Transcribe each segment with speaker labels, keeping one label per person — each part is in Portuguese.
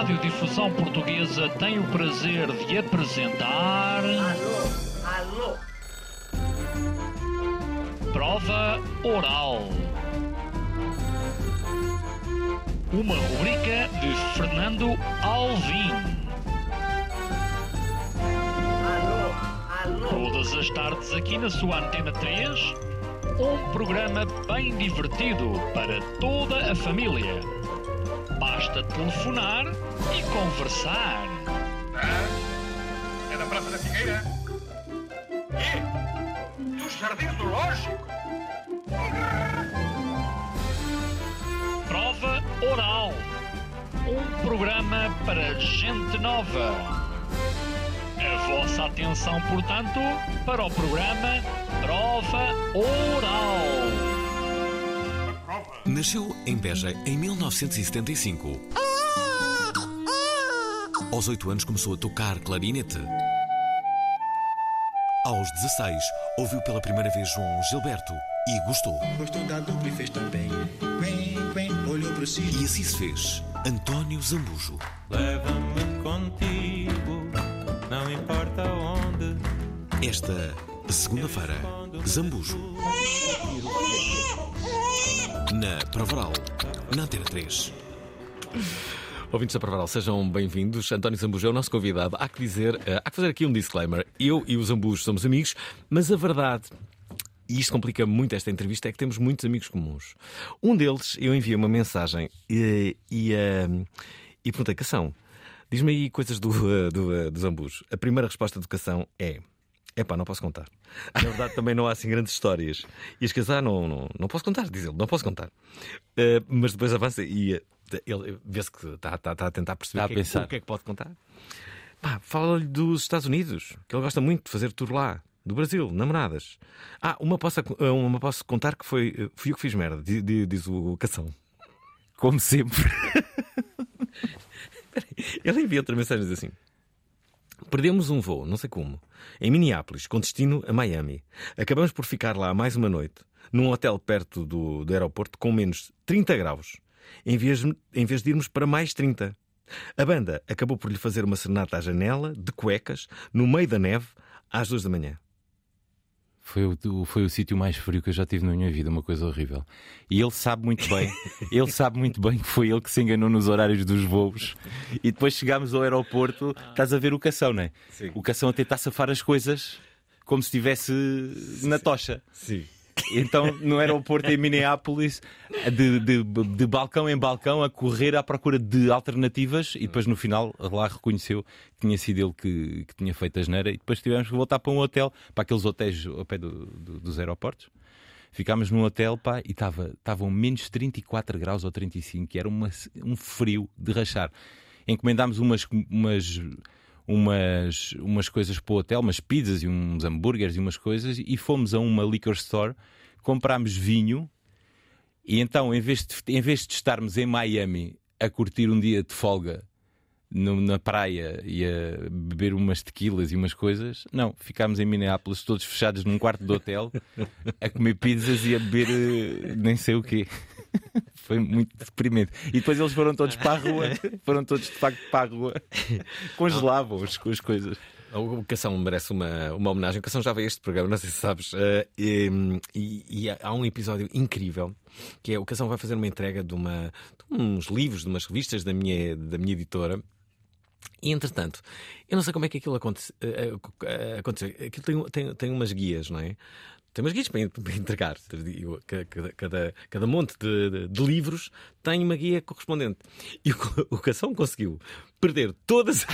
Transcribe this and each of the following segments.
Speaker 1: Radiodifusão Portuguesa tem o prazer de apresentar...
Speaker 2: Alô?
Speaker 1: Prova Oral. Uma rubrica de Fernando Alvim.
Speaker 2: Alô?
Speaker 1: Todas as tardes aqui na sua Antena 3, um programa bem divertido para toda a família. Basta telefonar e conversar.
Speaker 3: É da Praça da Figueira? E? Dos Jardins do Lógico?
Speaker 1: Prova Oral. Um programa para gente nova. A vossa atenção, portanto, para o programa Prova Oral.
Speaker 4: Nasceu em Beja em 1975. Aos 8 anos começou a tocar clarinete. Aos 16 ouviu pela primeira vez João Gilberto e gostou.
Speaker 5: Gostou da dupla e fez também. Quen, olhou para si.
Speaker 4: E assim se fez António Zambujo.
Speaker 6: Leva-me contigo, não importa onde.
Speaker 4: Esta segunda-feira, Zambujo. Na Provaral, na Antena 3. Ouvintes da Provaral, sejam bem-vindos. António Zambujo é o nosso convidado. Há que dizer, há que fazer aqui um disclaimer. Eu e o Zambujo somos amigos, mas a verdade, e isto complica muito esta entrevista, é que temos muitos amigos comuns. Um deles, eu enviei uma mensagem e perguntei: Cação, diz-me aí coisas do Zambujo. A primeira resposta do Cação é: epá, não posso contar. Na verdade, também não há assim grandes histórias. E as casar, não posso contar, diz ele, não posso contar. Mas depois avança e ele vê-se que está a tentar perceber o que é que pode contar. Pá, fala-lhe dos Estados Unidos, que ele gosta muito de fazer tour lá. Do Brasil, namoradas. Uma posso contar que fui eu que fiz merda, diz o Cação. Como sempre. Ele envia outra mensagem e diz assim: perdemos um voo, não sei como, em Minneapolis, com destino a Miami. Acabamos por ficar lá mais uma noite, num hotel perto do aeroporto, com menos 30 graus, em vez de irmos para mais 30. A banda acabou por lhe fazer uma serenata à janela, de cuecas, no meio da neve, às 2 da manhã.
Speaker 6: Foi o sítio mais frio que eu já tive na minha vida, uma coisa horrível. E ele sabe muito bem que foi ele que se enganou nos horários dos voos. E depois chegámos ao aeroporto, estás a ver o Cação, não é?
Speaker 4: Sim.
Speaker 6: O Cação a tentar safar as coisas como se estivesse na tocha.
Speaker 4: Sim.
Speaker 6: Então, no aeroporto em Minneapolis, de balcão em balcão, a correr à procura de alternativas, e depois no final lá reconheceu que tinha sido ele que tinha feito a asneira, e depois tivemos que voltar para um hotel, para aqueles hotéis ao pé dos aeroportos. Ficámos num hotel, pá, e estavam menos 34 graus ou 35, que era um frio de rachar. Encomendámos umas coisas para o hotel, umas pizzas e uns hambúrgueres e umas coisas, e fomos a uma liquor store, comprámos vinho, e então em vez de estarmos em Miami a curtir um dia de folga na praia e a beber umas tequilas e umas coisas, não, ficámos em Minneapolis todos fechados num quarto de hotel a comer pizzas e a beber nem sei o quê. Foi muito deprimente. E depois eles foram todos para a rua, foram todos de facto para a rua, congelavam-os com as coisas.
Speaker 4: O Cação merece uma homenagem. O Cação já veio a este programa, não sei se sabes, e há um episódio incrível, que é: o Cação vai fazer uma entrega de uns livros, de umas revistas da minha editora. E entretanto, eu não sei como é que aquilo aconteceu. Aquilo tem umas guias, não é? Tem umas guias para entregar. Cada monte de livros tem uma guia correspondente. E o Cação conseguiu perder todas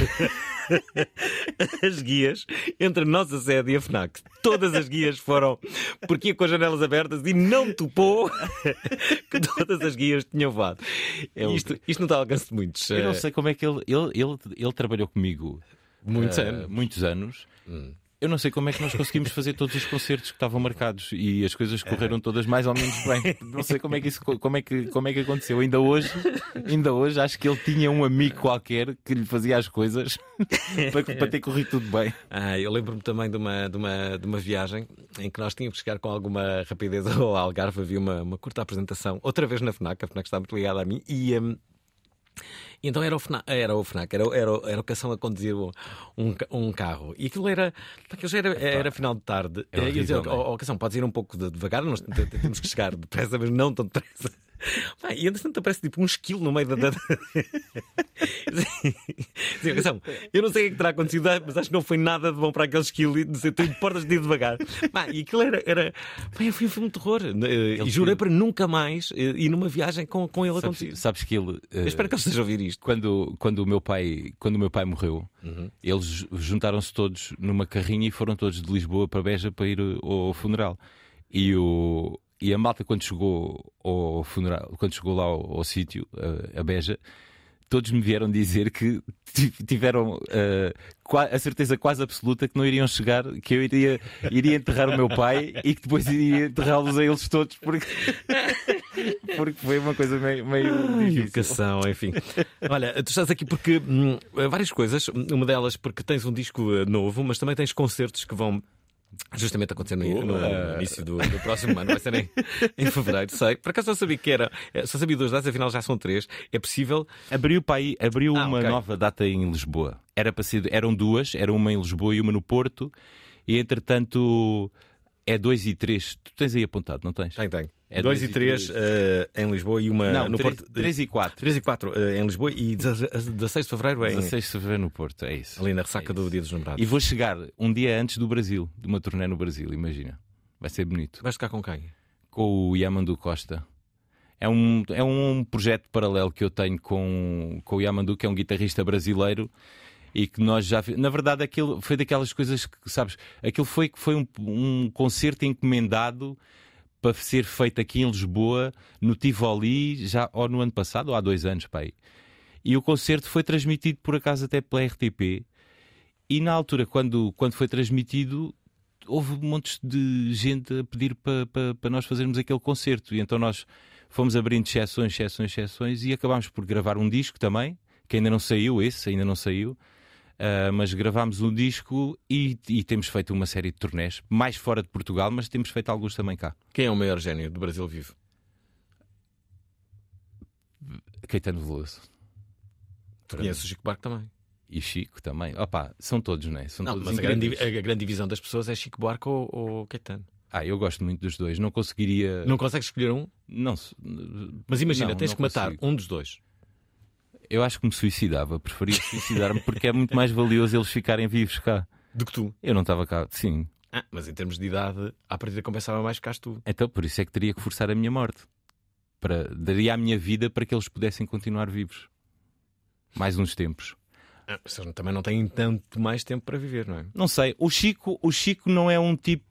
Speaker 4: as guias entre a nossa sede e a FNAC. Todas as guias foram, porque ia com as janelas abertas e não topou que todas as guias tinham voado. Isto não está ao alcance de muitos.
Speaker 6: Eu não sei como é que ele trabalhou comigo muitos anos. Eu não sei como é que nós conseguimos fazer todos os concertos que estavam marcados e as coisas correram todas mais ou menos bem. Não sei como é que aconteceu. Ainda hoje acho que ele tinha um amigo qualquer que lhe fazia as coisas para ter corrido tudo bem.
Speaker 4: Eu lembro-me também de uma viagem em que nós tínhamos que chegar com alguma rapidez ao Algarve. Havia uma curta apresentação, outra vez na FNAC. A FNAC está muito ligada a mim E então era o FNAC, era o Cação a conduzir um carro. E aquilo era final de tarde.
Speaker 6: É horrível,
Speaker 4: e eu dizia,
Speaker 6: não é?
Speaker 4: Cação, podes ir um pouco devagar, nós temos que chegar depressa, mas não tão depressa. Pá, e entretanto aparece tipo um esquilo no meio da. Sim, Cação, eu não sei o que terá acontecido, mas acho que não foi nada de bom para aquele esquilo. E tu importas de ir devagar. Pá, e aquilo era. Pá, foi um filme de terror. E jurei para nunca mais ir numa viagem com ele a conduzir.
Speaker 6: Sabes que ele.
Speaker 4: Eu espero que ele esteja a ouvir isto.
Speaker 6: Quando o meu pai morreu, eles juntaram-se todos numa carrinha e foram todos de Lisboa para Beja para ir ao funeral. E a malta, quando chegou ao funeral, quando chegou lá ao sítio, a Beja, todos me vieram dizer que tiveram a certeza quase absoluta que não iriam chegar, que eu iria enterrar o meu pai e que depois iria enterrá-los a eles todos, porque foi uma coisa meio difícil.
Speaker 4: Educação, enfim. Olha, tu estás aqui porque várias coisas. Uma delas porque tens um disco novo, mas também tens concertos que vão justamente acontecer no início do próximo ano. Vai ser em fevereiro, sei. Por acaso só sabia que era. Só sabia 2 datas, afinal já são 3. É possível.
Speaker 6: Abriu uma nova data em Lisboa. Eram 2, era uma em Lisboa e uma no Porto. E entretanto é 2 e 3. Tu tens aí apontado, não tens?
Speaker 4: Tenho.
Speaker 6: É
Speaker 4: 2 e 3 em Lisboa e uma no Porto.
Speaker 6: 3 e 4.
Speaker 4: 3 e 4 em Lisboa e 16 de fevereiro em.
Speaker 6: 16 de fevereiro no Porto, é isso.
Speaker 4: Ali na ressaca do Dia dos Namorados.
Speaker 6: E vou chegar um dia antes do Brasil, de uma turnê no Brasil, imagina. Vai ser bonito.
Speaker 4: Vais ficar com quem?
Speaker 6: Com o Yamandu Costa. É um projeto paralelo que eu tenho com o Yamandu, que é um guitarrista brasileiro. E que nós já. Na verdade, aquilo foi daquelas coisas que, sabes, aquilo foi um concerto encomendado para ser feito aqui em Lisboa, no Tivoli, já ou no ano passado, ou há 2 anos, pai. E o concerto foi transmitido por acaso até pela RTP. E na altura, quando foi transmitido, houve montes de gente a pedir para nós fazermos aquele concerto. E então nós fomos abrindo exceções e acabámos por gravar um disco também, que ainda não saiu, mas gravámos um disco e temos feito uma série de turnés, mais fora de Portugal, mas temos feito alguns também cá.
Speaker 4: Quem é o maior gênio do Brasil vivo?
Speaker 6: Caetano Veloso.
Speaker 4: Tu conheces o Chico Buarque também.
Speaker 6: E Chico também. Opa, são todos, não é? São todos
Speaker 4: mas a grande divisão das pessoas é Chico Buarque ou Caetano.
Speaker 6: Eu gosto muito dos dois. Não conseguiria...
Speaker 4: Não consegues escolher um?
Speaker 6: Não.
Speaker 4: Mas imagina, tens que matar um dos dois.
Speaker 6: Eu acho que me suicidava. Preferia suicidar-me porque é muito mais valioso eles ficarem vivos cá.
Speaker 4: Do que tu?
Speaker 6: Eu não estava cá, sim.
Speaker 4: Mas em termos de idade, à partida compensava mais ficares tu.
Speaker 6: Então, por isso é que teria que forçar a minha morte. Daria a minha vida para que eles pudessem continuar vivos. Mais uns tempos.
Speaker 4: Mas eles também não têm tanto mais tempo para viver, não é?
Speaker 6: Não sei. O Chico não é um tipo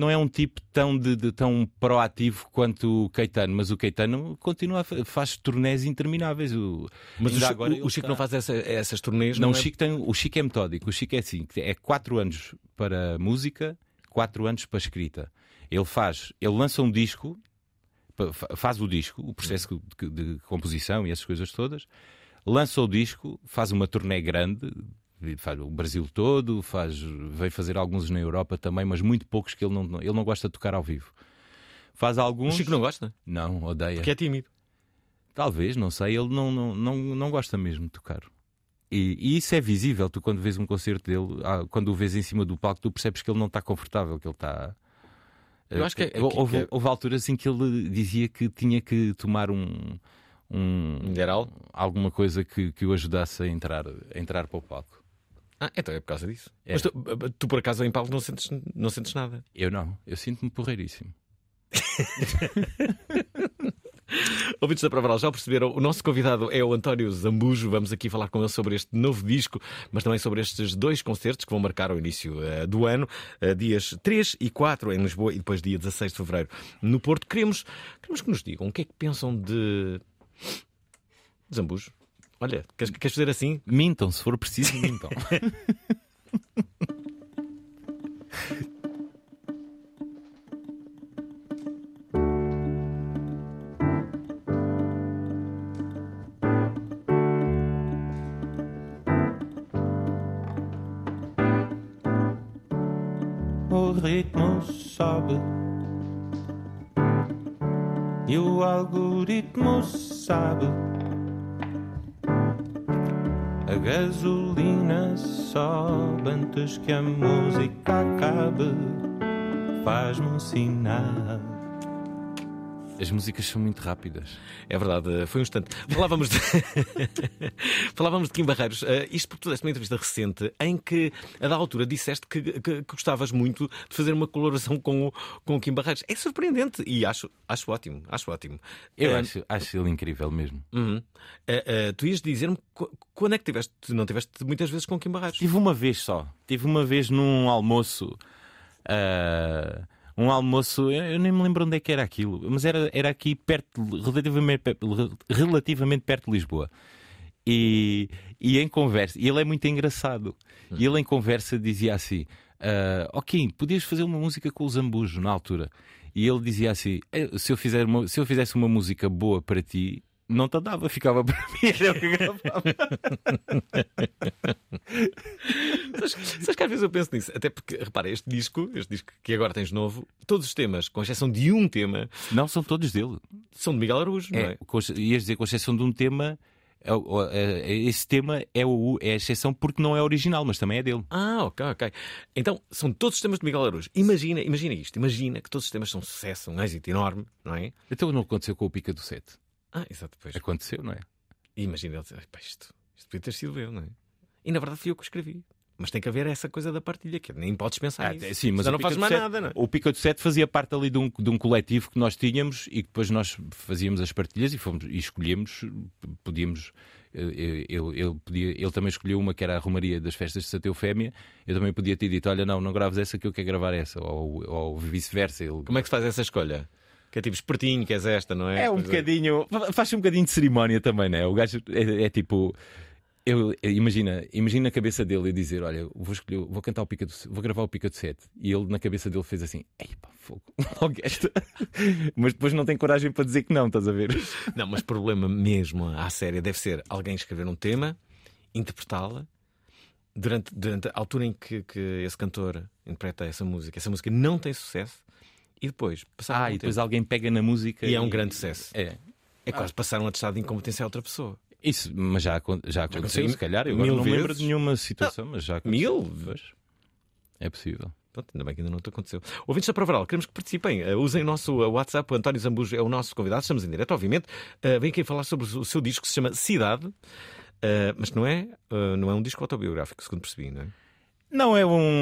Speaker 6: tão proativo quanto o Caetano, mas o Caetano faz turnés intermináveis.
Speaker 4: Mas o Chico não faz essas turnês?
Speaker 6: Não, o Chico é metódico. O Chico é assim, é 4 anos para música, 4 anos para escrita. Ele lança um disco, faz o disco, o processo de composição e essas coisas todas. Lança o disco, faz uma turnê grande, faz o Brasil todo, veio fazer alguns na Europa também, mas muito poucos que ele não gosta de tocar ao vivo. Faz alguns.
Speaker 4: O Chico não gosta?
Speaker 6: Não, odeia.
Speaker 4: Porque é tímido.
Speaker 6: Talvez, não sei, ele não gosta mesmo de tocar. E isso é visível, tu quando vês um concerto dele, quando o vês em cima do palco, tu percebes que ele não está confortável, que ele está...
Speaker 4: Eu acho que
Speaker 6: houve alturas em que ele dizia que tinha que tomar alguma coisa que o ajudasse a entrar para o palco.
Speaker 4: Então é por causa disso. É. Mas tu por acaso em palco não sentes nada?
Speaker 6: Eu não, eu sinto-me porreiríssimo.
Speaker 4: Ouvintes da Pravaral, já perceberam? O nosso convidado é o António Zambujo. Vamos aqui falar com ele sobre este novo disco, mas também sobre estes 2 concertos que vão marcar o início do ano, dias 3 e 4 em Lisboa e depois dia 16 de fevereiro no Porto. Queremos que nos digam o que é que pensam de Zambujo. Olha, queres fazer assim?
Speaker 6: Mintam, se for preciso, mintam.
Speaker 7: O ritmo sobe e o algoritmo sabe A gasolina sobe antes que a música acabe. Faz-me um sinal.
Speaker 6: As músicas são muito rápidas.
Speaker 4: É verdade, foi um instante. Falávamos de Kim Barreiros. Isto porque tu deste uma entrevista recente em que, a da altura, disseste que gostavas muito de fazer uma colaboração com o Kim Barreiros. É surpreendente e acho ótimo.
Speaker 6: Eu acho ele incrível mesmo.
Speaker 4: Tu ias dizer-me quando é que não tiveste muitas vezes com o Kim Barreiros?
Speaker 6: Tive uma vez só. Tive uma vez num almoço. Um almoço, eu nem me lembro onde é que era aquilo, mas era aqui perto, relativamente perto de Lisboa. E em conversa, e ele é muito engraçado. E ele em conversa dizia assim: ok, podias fazer uma música com o Zambujo na altura. E ele dizia assim: se eu fizesse uma música boa para ti, não te dava, ficava para mim. Era o que gravava.
Speaker 4: Sabes que às vezes eu penso nisso, até porque, repara, este disco que agora tens novo, todos os temas, com exceção de um tema,
Speaker 6: não são todos dele,
Speaker 4: são de Miguel Araújo, não é?
Speaker 6: Ias dizer, com exceção de um tema. Esse tema é a exceção porque não é original, mas também é dele.
Speaker 4: Ok. Então, são todos os temas de Miguel Araújo. Imagina isto. Imagina que todos os temas são um sucesso, um êxito enorme, não é?
Speaker 6: Então não aconteceu com o Pica do 7.
Speaker 4: Exato, depois.
Speaker 6: Aconteceu, não é?
Speaker 4: E imagina ele dizer: isto podia ter sido eu, não é? E na verdade fui eu que escrevi. Mas tem que haver essa coisa da partilha, que nem podes pensar nisso.
Speaker 6: Sim, mas
Speaker 4: não fazes mais nada, não é?
Speaker 6: O Pica do 7 fazia parte ali de um coletivo que nós tínhamos e que depois nós fazíamos as partilhas e escolhemos, podíamos. Ele também escolheu uma que era a Romaria das Festas de Santa Eufémia. Eu também podia ter dito: olha, não graves essa, que eu quero gravar essa, ou vice-versa.
Speaker 4: Como é que se faz essa escolha? Que é tipo espertinho, que és esta, não é?
Speaker 6: É um bocadinho. Faz um bocadinho de cerimónia também, não é? O gajo é tipo. Imagina a cabeça dele e dizer: olha, vou cantar vou gravar o Pica do 7. E ele na cabeça dele fez assim: ei pá, fogo, logo esta. Mas depois não tem coragem para dizer que não, estás a ver?
Speaker 4: Não, mas problema mesmo à séria deve ser alguém escrever um tema, interpretá-la durante a altura em que esse cantor interpreta essa música não tem sucesso. E depois passar
Speaker 6: e depois alguém pega na música
Speaker 4: e é um grande sucesso.
Speaker 6: É
Speaker 4: quase passar um atestado de incompetência a outra pessoa.
Speaker 6: Isso, mas já aconteceu, se calhar. Eu não lembro de nenhuma situação, mas já aconteceu.
Speaker 4: 1000 vezes.
Speaker 6: É possível.
Speaker 4: Pronto, ainda bem que ainda não te aconteceu. Ouvintes da Provaral, queremos que participem. Usem o nosso WhatsApp. O António Zambujo é o nosso convidado. Estamos em direto, obviamente. Vem aqui falar sobre o seu disco que se chama Cidade. Mas não é um disco autobiográfico, segundo percebi, não é?
Speaker 6: Não,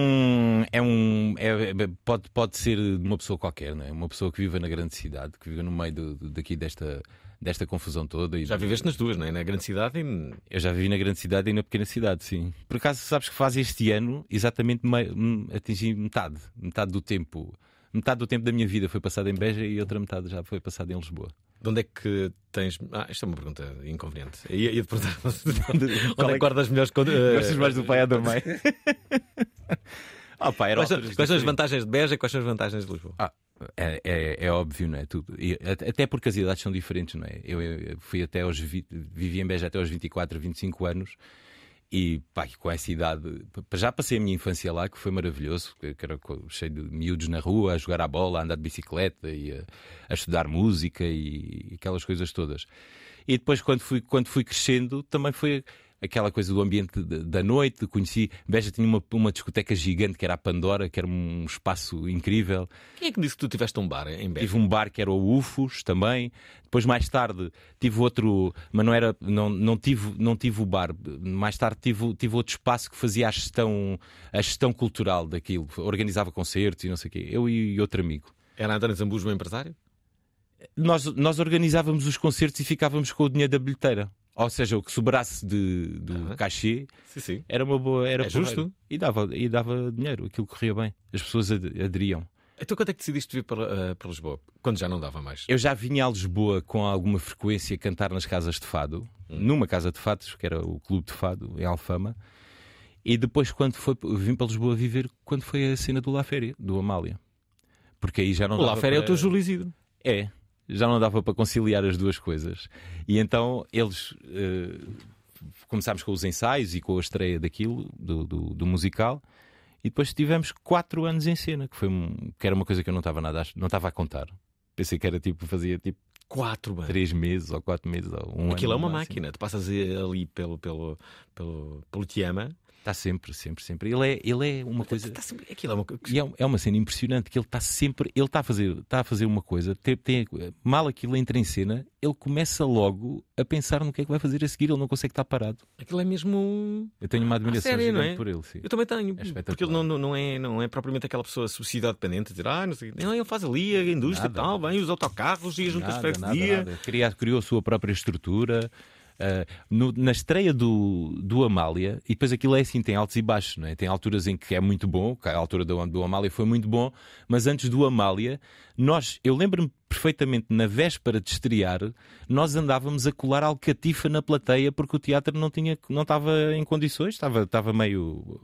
Speaker 6: pode ser de uma pessoa qualquer, não é? Uma pessoa que vive na grande cidade, que vive no meio daqui desta confusão toda.
Speaker 4: Já viveste nas duas, não é? Na grande cidade e...
Speaker 6: Eu já vivi na grande cidade e na pequena cidade, sim. Por acaso, sabes que faz este ano exatamente atingi metade do tempo. Metade do tempo da minha vida foi passada em Beja e outra metade já foi passada em Lisboa.
Speaker 4: De onde é que tens... Isto é uma pergunta inconveniente. Ia-te perguntar onde é que guardas melhores...
Speaker 6: Gostas mais do pai ou da mãe?
Speaker 4: Quais são as vantagens de Beja e quais são as vantagens de Lisboa?
Speaker 6: É óbvio, não é? Tudo. Até porque as idades são diferentes, não é? Eu fui vivi em Beja até aos 24, 25 anos. E com essa idade, já passei a minha infância lá, que foi maravilhoso, que era cheio de miúdos na rua, a jogar à bola, a andar de bicicleta e a estudar música e aquelas coisas todas. E depois, quando fui crescendo, também foi aquela coisa do ambiente da noite. Conheci, Beja tinha uma discoteca gigante que era a Pandora, que era um espaço incrível.
Speaker 4: Quem é que disse que tu tiveste um bar em Beja?
Speaker 6: Tive um bar que era o UFOS também. Depois, mais tarde, tive outro, mas não tive o bar. Mais tarde tive outro espaço que fazia a gestão cultural daquilo. Organizava concertos e não sei o quê. Eu e outro amigo.
Speaker 4: Era António Zambujo o empresário?
Speaker 6: Nós organizávamos os concertos e ficávamos com o dinheiro da bilheteira. Ou seja, o que sobrasse do cachê
Speaker 4: sim.
Speaker 6: Era uma boa. Era
Speaker 4: justo.
Speaker 6: E dava dinheiro, aquilo corria bem. As pessoas aderiam.
Speaker 4: Então quando é que decidiste vir para Lisboa? Quando já não dava mais?
Speaker 6: Eu já vinha a Lisboa com alguma frequência cantar nas casas de fado. Numa casa de fados, que era o Clube de Fado, em Alfama. E depois, vim para Lisboa viver, quando foi a cena do La Féria, do Amália. Porque aí já não
Speaker 4: dava. O La Féria é o teu Júlio Isidro.
Speaker 6: É. Já não dava para conciliar as duas coisas. E então eles começámos com os ensaios e com a estreia daquilo, do musical. E depois tivemos 4 anos em cena, que era uma coisa que eu não estava a contar. Pensei que era fazia 4 anos. 3 meses ou 4 meses ou 1 ano.
Speaker 4: Aquilo é uma máquina. Tu passas ali pelo Te Ama.
Speaker 6: Está sempre. Ele é uma coisa.
Speaker 4: Está sempre, aquilo é uma coisa.
Speaker 6: E é uma cena impressionante que ele está sempre. Ele está a fazer uma coisa, mal aquilo entra em cena, ele começa logo a pensar no que é que vai fazer a seguir, ele não consegue estar parado.
Speaker 4: Aquilo é mesmo.
Speaker 6: Eu tenho uma admiração
Speaker 4: sério,
Speaker 6: gigante
Speaker 4: não é?
Speaker 6: por ele. Sim.
Speaker 4: Eu também tenho.
Speaker 6: É
Speaker 4: Porque ele não é propriamente aquela pessoa sociedade dependente, a dizer, não sei o quê. Não, ele faz ali a indústria e tal, vem os autocarros e juntas de freguesia.
Speaker 6: Criou a sua própria estrutura. Na estreia do Amália, e depois aquilo é assim, tem altos e baixos, não é? Tem alturas em que é muito bom, a altura do Amália foi muito bom, mas antes do Amália, eu lembro-me perfeitamente, na véspera de estrear, nós andávamos a colar alcatifa na plateia porque o teatro não estava em condições, estava meio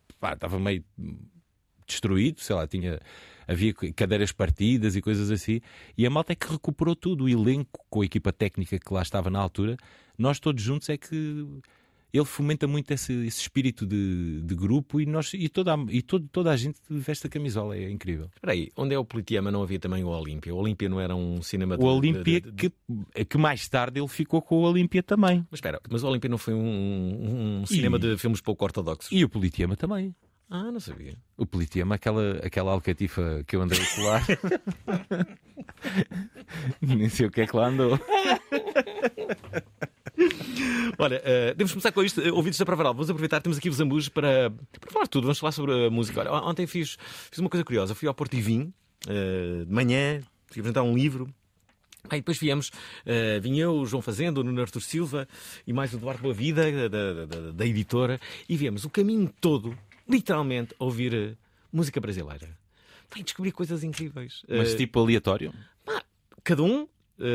Speaker 6: destruído, sei lá, havia cadeiras partidas e coisas assim, e a malta é que recuperou tudo, o elenco com a equipa técnica que lá estava na altura, nós todos juntos é que ele fomenta muito esse espírito de grupo e toda a gente veste a camisola, é incrível.
Speaker 4: Espera aí, onde é o Te Ama não havia também o Olímpia? O Olímpia não era um cinema...
Speaker 6: O Olímpia que mais tarde ele ficou com o Olímpia também.
Speaker 4: Mas espera, mas o Olímpia não foi um cinema de filmes pouco ortodoxos?
Speaker 6: E o Te Ama também.
Speaker 4: Ah, não sabia.
Speaker 6: O Te Ama, aquela alcatifa que eu andei a colar. Nem sei o que é que lá andou.
Speaker 4: Olha, devemos começar com isto. Ouvidos da Pravaral, vamos aproveitar, temos aqui os Zambujos para falar tudo. Vamos falar sobre a música. Olha, ontem fiz uma coisa curiosa. Fui ao Porto e vim de manhã, fui apresentar um livro. Aí depois vim eu, o João Fazenda, o Nuno Artur Silva e mais o Eduardo Boavida, da editora, e viemos o caminho todo, literalmente, a ouvir música brasileira. Vai descobrir coisas incríveis.
Speaker 6: Mas tipo aleatório?
Speaker 4: Cada um.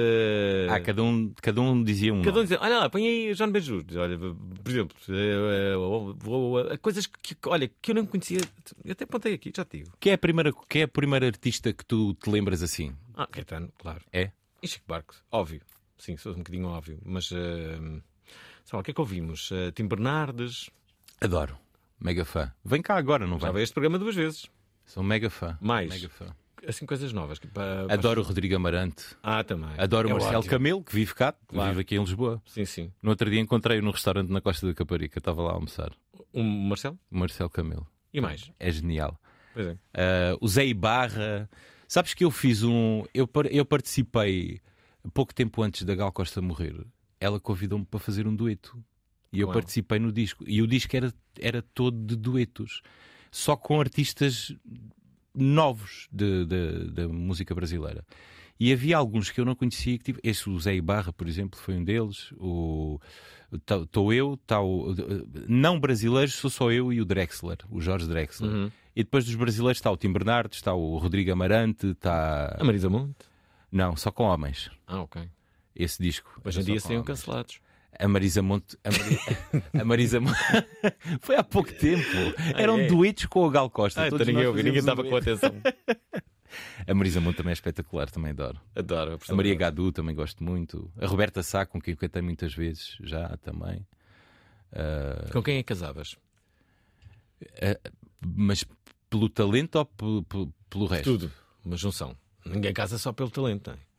Speaker 6: Cada um dizia um.
Speaker 4: Cada um dizia, olha lá, põe aí João Beiju. Olha, por exemplo, coisas que eu não conhecia. Eu até apontei aqui, já te digo.
Speaker 6: Quem é a primeira artista que tu te lembras assim?
Speaker 4: Caetano, claro.
Speaker 6: É?
Speaker 4: E Chico Buarque, óbvio. Sim, sou um bocadinho óbvio. Mas, sei lá, o que é que ouvimos? Tim Bernardes.
Speaker 6: Adoro. Mega fã. Vem cá agora, não vai?
Speaker 4: Já veio este programa 2 vezes.
Speaker 6: Sou mega fã.
Speaker 4: Mais.
Speaker 6: Mega fã.
Speaker 4: Assim, coisas novas.
Speaker 6: Adoro o Rodrigo Amarante.
Speaker 4: Também.
Speaker 6: Adoro o Marcelo
Speaker 4: ótimo.
Speaker 6: Camelo, que vive cá,
Speaker 4: Claro.
Speaker 6: vive aqui em Lisboa.
Speaker 4: Sim.
Speaker 6: No outro dia encontrei-o no restaurante na Costa da Caparica. Estava lá a almoçar.
Speaker 4: O Marcelo?
Speaker 6: O Marcelo Camelo.
Speaker 4: E mais?
Speaker 6: É genial.
Speaker 4: Pois é.
Speaker 6: O Zé Ibarra. Sabes que eu fiz eu participei pouco tempo antes da Gal Costa morrer. Ela convidou-me para fazer um dueto. E eu participei no disco. E o disco era todo de duetos. Só com artistas novos da música brasileira. E havia alguns que eu não conhecia. O Zé Ibarra, por exemplo, foi um deles. Estou eu, não brasileiros, sou só eu e o Drexler, o Jorge Drexler.
Speaker 4: Uhum.
Speaker 6: E depois dos brasileiros está o Tim Bernardes, está o Rodrigo Amarante, está...
Speaker 4: A Marisa Monte?
Speaker 6: Não, só com homens.
Speaker 4: Ok.
Speaker 6: Esse disco.
Speaker 4: Hoje em dia seriam cancelados.
Speaker 6: A Marisa Monte. A Marisa Monte. Foi há pouco tempo. Eram duetos com o Gal Costa.
Speaker 4: Então ninguém estava com atenção.
Speaker 6: A Marisa Monte também é espetacular, também adoro.
Speaker 4: Adoro.
Speaker 6: A Maria Gadu também gosto muito. A Roberta Sá, com quem eu cantei muitas vezes já também.
Speaker 4: Com quem é que casavas?
Speaker 6: Mas pelo talento ou pelo resto?
Speaker 4: Tudo. Uma junção. Ninguém casa só pelo talento, não é?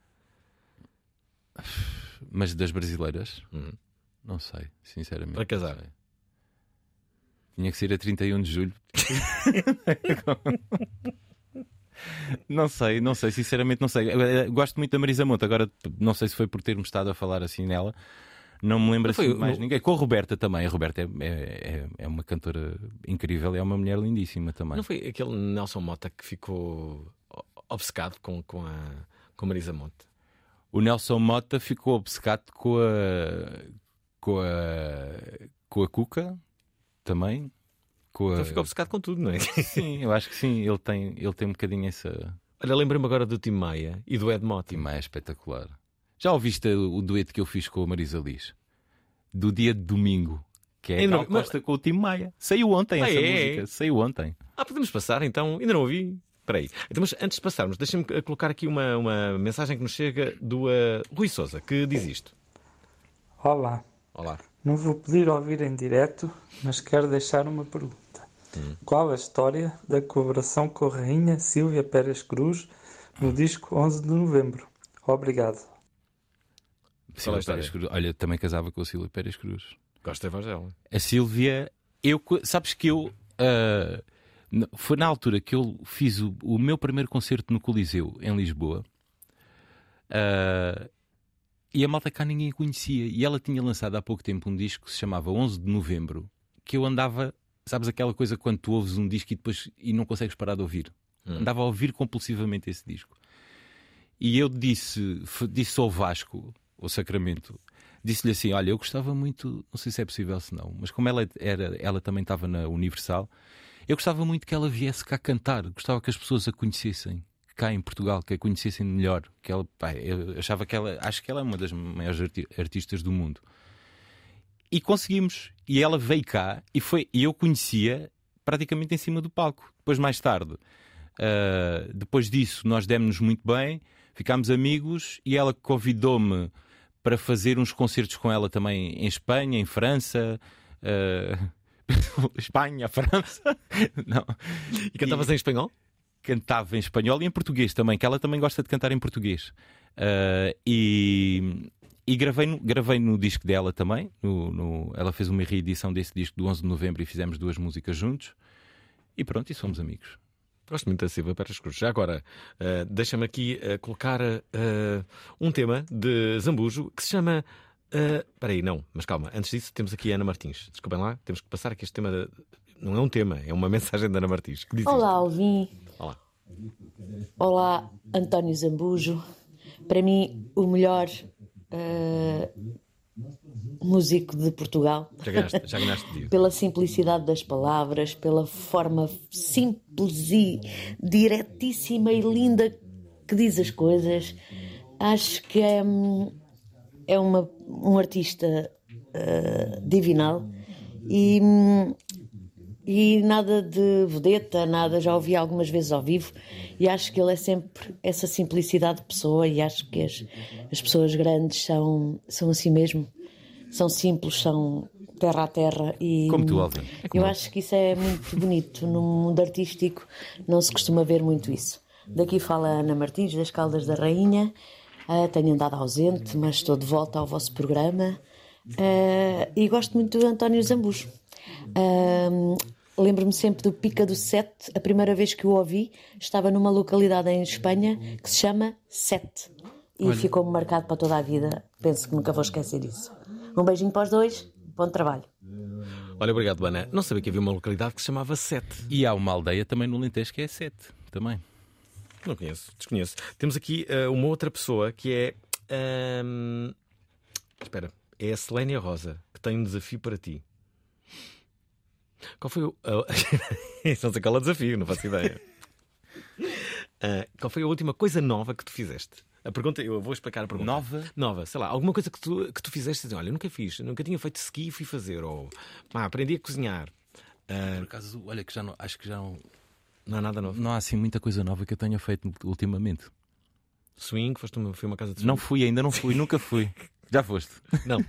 Speaker 6: Mas das brasileiras? Não sei, sinceramente.
Speaker 4: Para casar?
Speaker 6: Não sei. Tinha que ser a 31 de julho. Não sei, sinceramente não sei. Gosto muito da Marisa Monte. Agora não sei se foi por termos estado a falar assim nela. Não me lembro assim de mais ninguém. Com a Roberta também. A Roberta é uma cantora incrível, é uma mulher lindíssima também.
Speaker 4: Não foi aquele Nelson Motta que ficou obcecado com a Marisa Monte?
Speaker 6: O Nelson Motta ficou obcecado com a Cuca também.
Speaker 4: Então ficou obcecado com tudo, não é?
Speaker 6: Sim, eu acho que sim. Ele tem um bocadinho essa...
Speaker 4: Olha, lembro-me agora do Tim Maia e do Ed Motti.
Speaker 6: Tim Maia é espetacular. Já ouviste o dueto que eu fiz com a Marisa Liz? Do dia de domingo. Que é a Gal Costa com o Tim Maia. Saiu ontem essa música. Saiu ontem.
Speaker 4: Podemos passar então? Ainda não ouvi. Espera aí. Então, mas antes de passarmos, deixa-me colocar aqui uma mensagem que nos chega do Rui Sousa, que diz isto.
Speaker 8: Olá. Não vou pedir ouvir em direto, mas quero deixar uma pergunta. Qual a história da colaboração com a rainha Sílvia Pérez Cruz no disco 11 de novembro? Obrigado.
Speaker 6: Sílvia Pérez Cruz. Olha, também casava com a Sílvia Pérez Cruz.
Speaker 4: Gosto da voz dela.
Speaker 6: A Sílvia, sabes que foi na altura que eu fiz o meu primeiro concerto no Coliseu, em Lisboa. E a malta cá ninguém a conhecia. E ela tinha lançado há pouco tempo um disco que se chamava 11 de Novembro, que eu andava, sabes aquela coisa quando tu ouves um disco e não consegues parar de ouvir. Andava a ouvir compulsivamente esse disco. E eu disse ao Vasco, ao Sacramento, disse-lhe assim: olha, eu gostava muito, não sei se é possível se não, mas como ela também estava na Universal, eu gostava muito que ela viesse cá cantar, gostava que as pessoas a conhecessem cá em Portugal, que a conhecessem melhor, que ela, eu achava que acho que ela é uma das maiores artistas do mundo. E conseguimos, e ela veio cá e eu conhecia praticamente em cima do palco. Depois, mais tarde, depois disso, nós demos-nos muito bem, ficámos amigos e ela convidou-me para fazer uns concertos com ela também em Espanha, em França. Espanha, França. Não.
Speaker 4: E cantavas em espanhol?
Speaker 6: Cantava em espanhol e em português também, que ela também gosta de cantar em português. E gravei no disco dela também. Ela fez uma reedição desse disco do 11 de Novembro e fizemos 2 músicas juntos. E pronto, e somos amigos.
Speaker 4: Gosto muito da Sílvia Pérez Cruz. Já agora, deixa-me aqui colocar um tema de Zambujo que se chama... Espera aí, não, mas calma. Antes disso, temos aqui a Ana Martins. Desculpem lá, temos que passar aqui este tema. Não é um tema, é uma mensagem da Ana Martins. Que diz
Speaker 9: Olá,
Speaker 4: isto.
Speaker 9: Alvin.
Speaker 4: Olá.
Speaker 9: Olá, António Zambujo. Para mim, o melhor músico de Portugal.
Speaker 4: Já ganhaste dia.
Speaker 9: Pela simplicidade das palavras, pela forma simples e diretíssima e linda que diz as coisas. Acho que é um artista divinal e nada de vedeta, nada, já ouvi algumas vezes ao vivo e acho que ele é sempre essa simplicidade de pessoa e acho que as pessoas grandes são assim mesmo, são simples, são terra a terra e
Speaker 6: como tu, Alvin.
Speaker 9: Eu acho que isso é muito bonito. No mundo artístico não se costuma ver muito isso. Daqui fala a Ana Martins, das Caldas da Rainha. Tenho andado ausente, mas estou de volta ao vosso programa e gosto muito do António Zambujo. Lembro-me sempre do Pica do Sete. A primeira vez que o ouvi estava numa localidade em Espanha que se chama Sete e ficou-me marcado para toda a vida. Penso que nunca vou esquecer isso. Um beijinho para os dois, bom trabalho.
Speaker 4: Olha, obrigado, Ana. Não sabia que havia uma localidade que se chamava Sete.
Speaker 6: E há uma aldeia também no Alentejo que é Sete também.
Speaker 4: Não conheço, desconheço. Temos aqui uma outra pessoa que é... Espera, é a Celénia Rosa, que tem um desafio para ti. Qual foi o... Não sei qual é o desafio, não faço ideia. Qual foi a última coisa nova que tu fizeste? A pergunta, eu vou explicar a pergunta. Nova, sei lá, alguma coisa que tu fizeste assim, olha, nunca fiz, nunca tinha feito ski e fui fazer, ou aprendi a cozinhar.
Speaker 6: Por acaso, olha que já não, acho que já não...
Speaker 4: Não há nada novo.
Speaker 6: Não há assim muita coisa nova que eu tenha feito ultimamente.
Speaker 4: Swing? Foi uma casa de swing?
Speaker 6: Não fui, ainda não fui, nunca fui. Já foste?
Speaker 4: Não.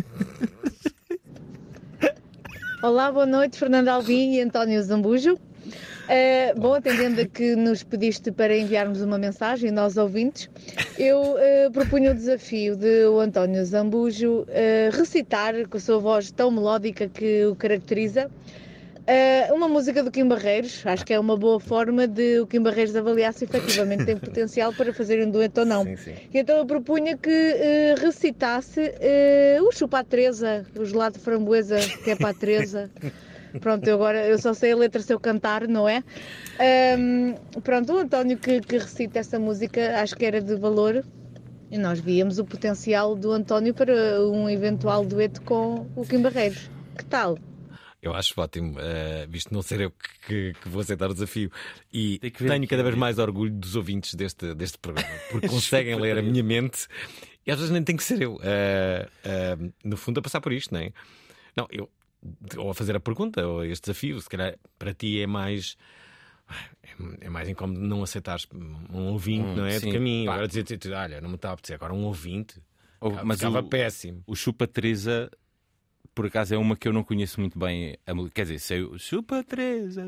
Speaker 10: Olá, boa noite, Fernando Alvim e António Zambujo. Bom, atendendo a que nos pediste para enviarmos uma mensagem, nós ouvintes, eu propunho o desafio de o António Zambujo recitar com a sua voz tão melódica que o caracteriza uma música do Kim Barreiros. Acho que é uma boa forma de o Kim Barreiros avaliar se efetivamente tem potencial para fazer um dueto ou não.
Speaker 4: Sim.
Speaker 10: E então eu propunha que recitasse o Chupa a Teresa, o gelado de framboesa que é para a Teresa. Pronto, eu só sei a letra se eu cantar, não é? Pronto, o António que recita essa música acho que era de valor e nós víamos o potencial do António para um eventual dueto com o Kim Barreiros. Que tal?
Speaker 4: Eu acho ótimo, visto não ser eu que vou aceitar o desafio. E tenho cada vez mais orgulho dos ouvintes deste programa, porque conseguem ler a minha mente e às vezes nem tem que ser eu, no fundo, a passar por isto, não é? Não, ou a fazer a pergunta, ou este desafio, se calhar para ti é mais incómodo não aceitares um ouvinte, não é? Sim, do caminho. Agora dizer, olha, não me está a apetecer agora um ouvinte, mas estava péssimo.
Speaker 6: O Chupa Teresa, por acaso, é uma que eu não conheço muito bem. Quer dizer, sei o Chupa Teresa.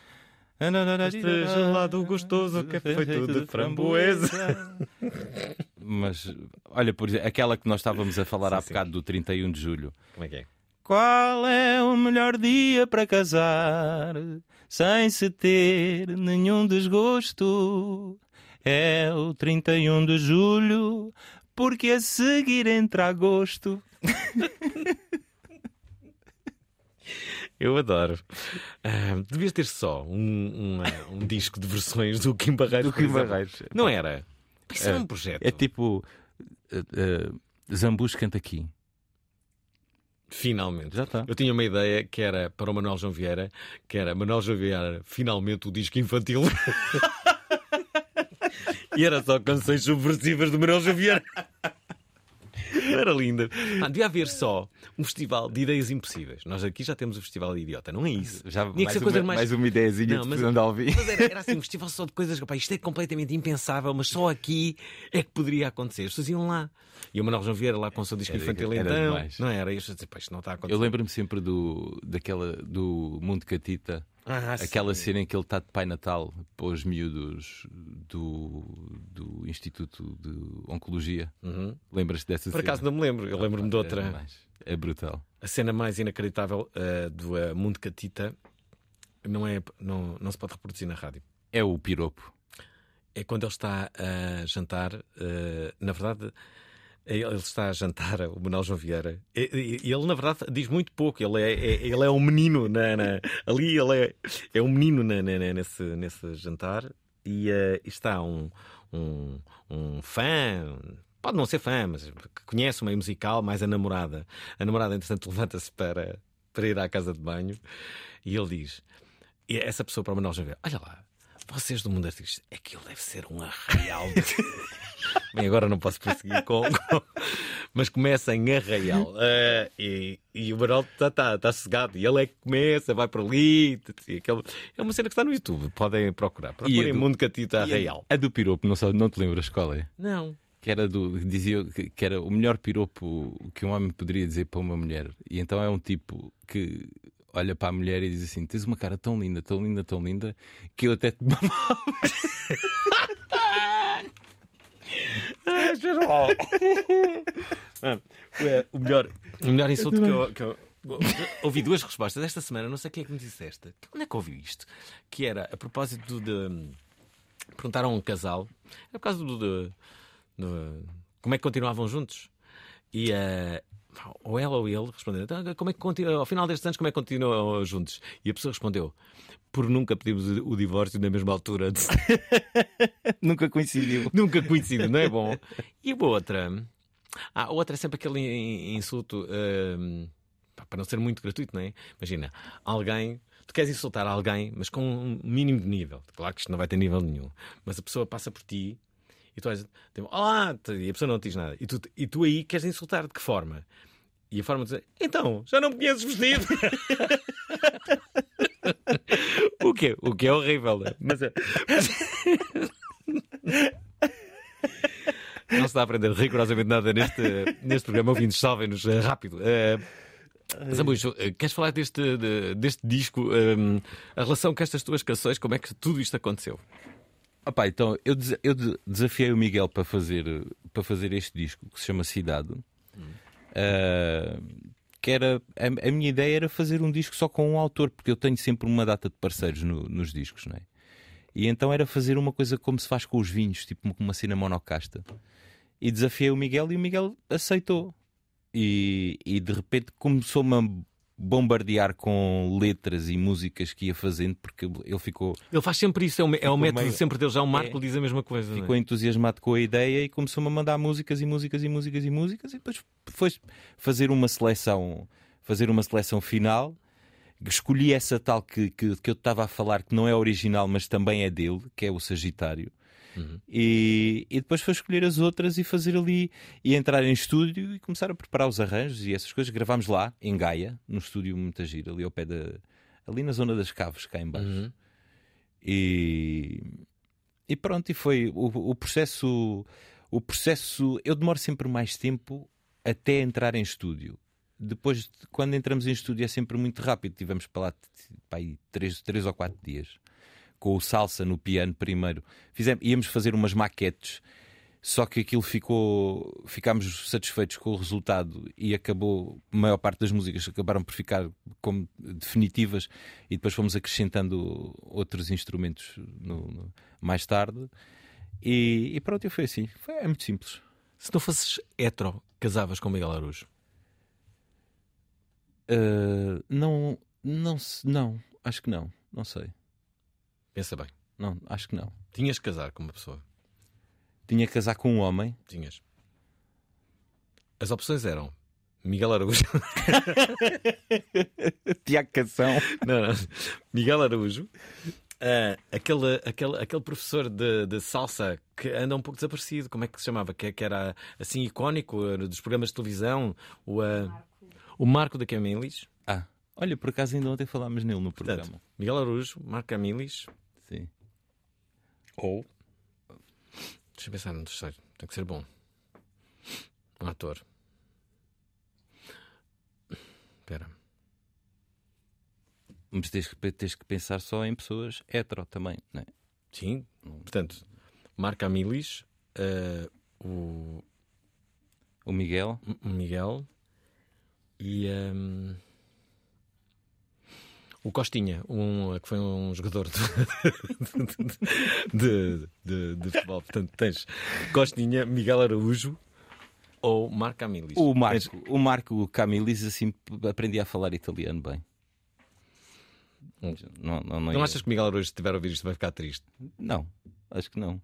Speaker 4: Este gelado gostoso que é feito de framboesa.
Speaker 6: Mas, olha, por exemplo, aquela que nós estávamos a falar há bocado do 31 de julho.
Speaker 4: Como é que é?
Speaker 6: Qual é o melhor dia para casar sem se ter nenhum desgosto? É o 31 de julho, porque a seguir entra agosto.
Speaker 4: Eu adoro. Devias ter só um disco de versões do Kim Barreiros.
Speaker 6: Do Kim Barreiros.
Speaker 4: Não era? Isso é um projeto.
Speaker 6: É tipo Zambujo canta aqui.
Speaker 4: Finalmente.
Speaker 6: Já está.
Speaker 4: Eu tinha uma ideia que era para o Manuel João Vieira, que era Manuel João Vieira, finalmente o disco infantil. E era só canções subversivas do Manuel João Vieira. Era linda. Devia haver só um festival de ideias impossíveis. Nós aqui já temos o Festival de Idiota, não é isso?
Speaker 6: Já
Speaker 4: tinha que ser coisa
Speaker 6: mais uma ideiazinha de Fernando Alvim.
Speaker 4: Mas era assim, um festival só de coisas. Opa, isto é completamente impensável, mas só aqui é que poderia acontecer. As pessoas iam lá. E o Manuel João Vieira lá com o seu disco infantil,
Speaker 6: era
Speaker 4: então.
Speaker 6: Demais.
Speaker 4: Não era? E eu disse, isto não está a acontecer.
Speaker 6: Eu lembro-me sempre do Mundo Catita. Aquela cena em que ele está de Pai Natal para os miúdos do Instituto de Oncologia. Lembras-te dessa cena?
Speaker 4: Por acaso não me lembro. Eu lembro-me de outra.
Speaker 6: É brutal.
Speaker 4: A cena mais inacreditável do Mundo Catita não se pode reproduzir na rádio.
Speaker 6: É o piropo.
Speaker 4: É quando ele está a jantar. Na verdade, ele está a jantar, o Manuel João Vieira. E ele, na verdade, diz muito pouco. Ele é um menino. Ali ele é um menino nesse jantar. E está um fã. Pode não ser fã, mas que conhece o meio musical, mais a namorada. A namorada, entretanto, levanta-se para ir à casa de banho. E ele diz... E essa pessoa para o Manuel João Vieira: olha lá, vocês do mundo artístico, aquilo deve ser um arraial de... Bem, agora não posso prosseguir mas começa em arraial. E o Manuel está sossegado. E ele é que começa, vai para ali. É uma cena que está no YouTube. Podem procurar. Procurem Mundo Catita Arraial.
Speaker 6: A do piropo, não te lembras qual é?
Speaker 4: Não.
Speaker 6: Que era dizia que era o melhor piropo que um homem poderia dizer para uma mulher. E então é um tipo que olha para a mulher e diz assim: tens uma cara tão linda, tão linda, tão linda, que eu até te mamava.
Speaker 4: O melhor insulto que eu ouvi duas respostas esta semana. Não sei quem é que me disse esta. Onde é que ouvi isto? Que era a propósito de perguntar a um casal, era por causa do como é que continuavam juntos. E ou ela ou ele responderam: então, como é que continua, ao final destes anos, como é que continuam juntos? E a pessoa respondeu: por nunca pedimos o divórcio na mesma altura.
Speaker 6: Nunca coincidiu,
Speaker 4: não é bom? E a outra é sempre aquele insulto, para não ser muito gratuito, não é? Imagina, tu queres insultar alguém, mas com um mínimo de nível. Claro que isto não vai ter nível nenhum, mas a pessoa passa por ti e tu és olá, e a pessoa não te diz nada. E tu aí queres insultar de que forma? E a forma de dizer: então, já não me conheces vestido. O que é horrível, não é? Mas não se está a aprender rigorosamente nada neste programa. Ouvintes, salvem-nos rápido. Zambujo, queres falar deste disco? A relação com estas tuas canções, como é que tudo isto aconteceu?
Speaker 6: Então, eu desafiei o Miguel para fazer este disco que se chama Cidade. Que era, a minha ideia era fazer um disco só com um autor, porque eu tenho sempre uma data de parceiros nos discos, não é? E então era fazer uma coisa como se faz com os vinhos, tipo uma cena monocasta. E desafiei o Miguel e o Miguel aceitou. E de repente começou-me a bombardear com letras e músicas que ia fazendo, porque ele ficou...
Speaker 4: Ele faz sempre isso, é o método sempre dele. Já o Marco diz a mesma coisa.
Speaker 6: Ficou entusiasmado com a ideia e começou-me a mandar músicas e músicas e músicas e músicas, e depois foi fazer uma seleção final. Escolhi essa tal que eu estava a falar, que não é original, mas também é dele, que é o Sagitário. E depois foi escolher as outras e fazer ali, e entrar em estúdio e começar a preparar os arranjos e essas coisas. Gravámos lá em Gaia, num estúdio muito giro, ali ao pé ali na zona das Caves, cá em baixo. E pronto, e foi o processo. Eu demoro sempre mais tempo até entrar em estúdio. Depois, quando entramos em estúdio, é sempre muito rápido. Tivemos para lá aí 3 ou 4 dias. Com o Salsa no piano primeiro. Íamos fazer umas maquetes. Só que aquilo ficámos satisfeitos com o resultado e acabou, a maior parte das músicas acabaram por ficar como definitivas e depois fomos acrescentando outros instrumentos mais tarde e pronto, foi assim. É muito simples.
Speaker 4: Se não fosses hetero, casavas com Miguel Araújo?
Speaker 6: Não, acho que não sei.
Speaker 4: Pensa bem.
Speaker 6: Não, acho que não.
Speaker 4: Tinhas que casar com uma pessoa?
Speaker 6: Tinha que casar com um homem?
Speaker 4: Tinhas. As opções eram Miguel Araújo.
Speaker 6: Tiago Cação.
Speaker 4: Não. Miguel Araújo. Aquele professor de salsa que anda um pouco desaparecido. Como é que se chamava? Que era assim icónico dos programas de televisão. O Marco da Camilis.
Speaker 6: Olha, por acaso ainda ontem falámos nele no programa.
Speaker 4: Portanto, Miguel Araújo, Marco Camilis.
Speaker 6: Sim.
Speaker 4: Ou... Deixa eu pensar no terceiro. Tem que ser bom. Um ator. Espera.
Speaker 6: Mas tens que pensar só em pessoas hetero também, não é?
Speaker 4: Sim. Portanto, Marco Camilis, o
Speaker 6: Miguel.
Speaker 4: O Miguel e... o Costinha, que foi um jogador de futebol. Portanto, tens Costinha, Miguel Araújo ou Marco Camilis.
Speaker 6: O Marco Camilis, assim, aprendi a falar italiano bem.
Speaker 4: Não achas que Miguel Araújo, se tiver a ouvir isto, vai ficar triste?
Speaker 6: Não, acho que não.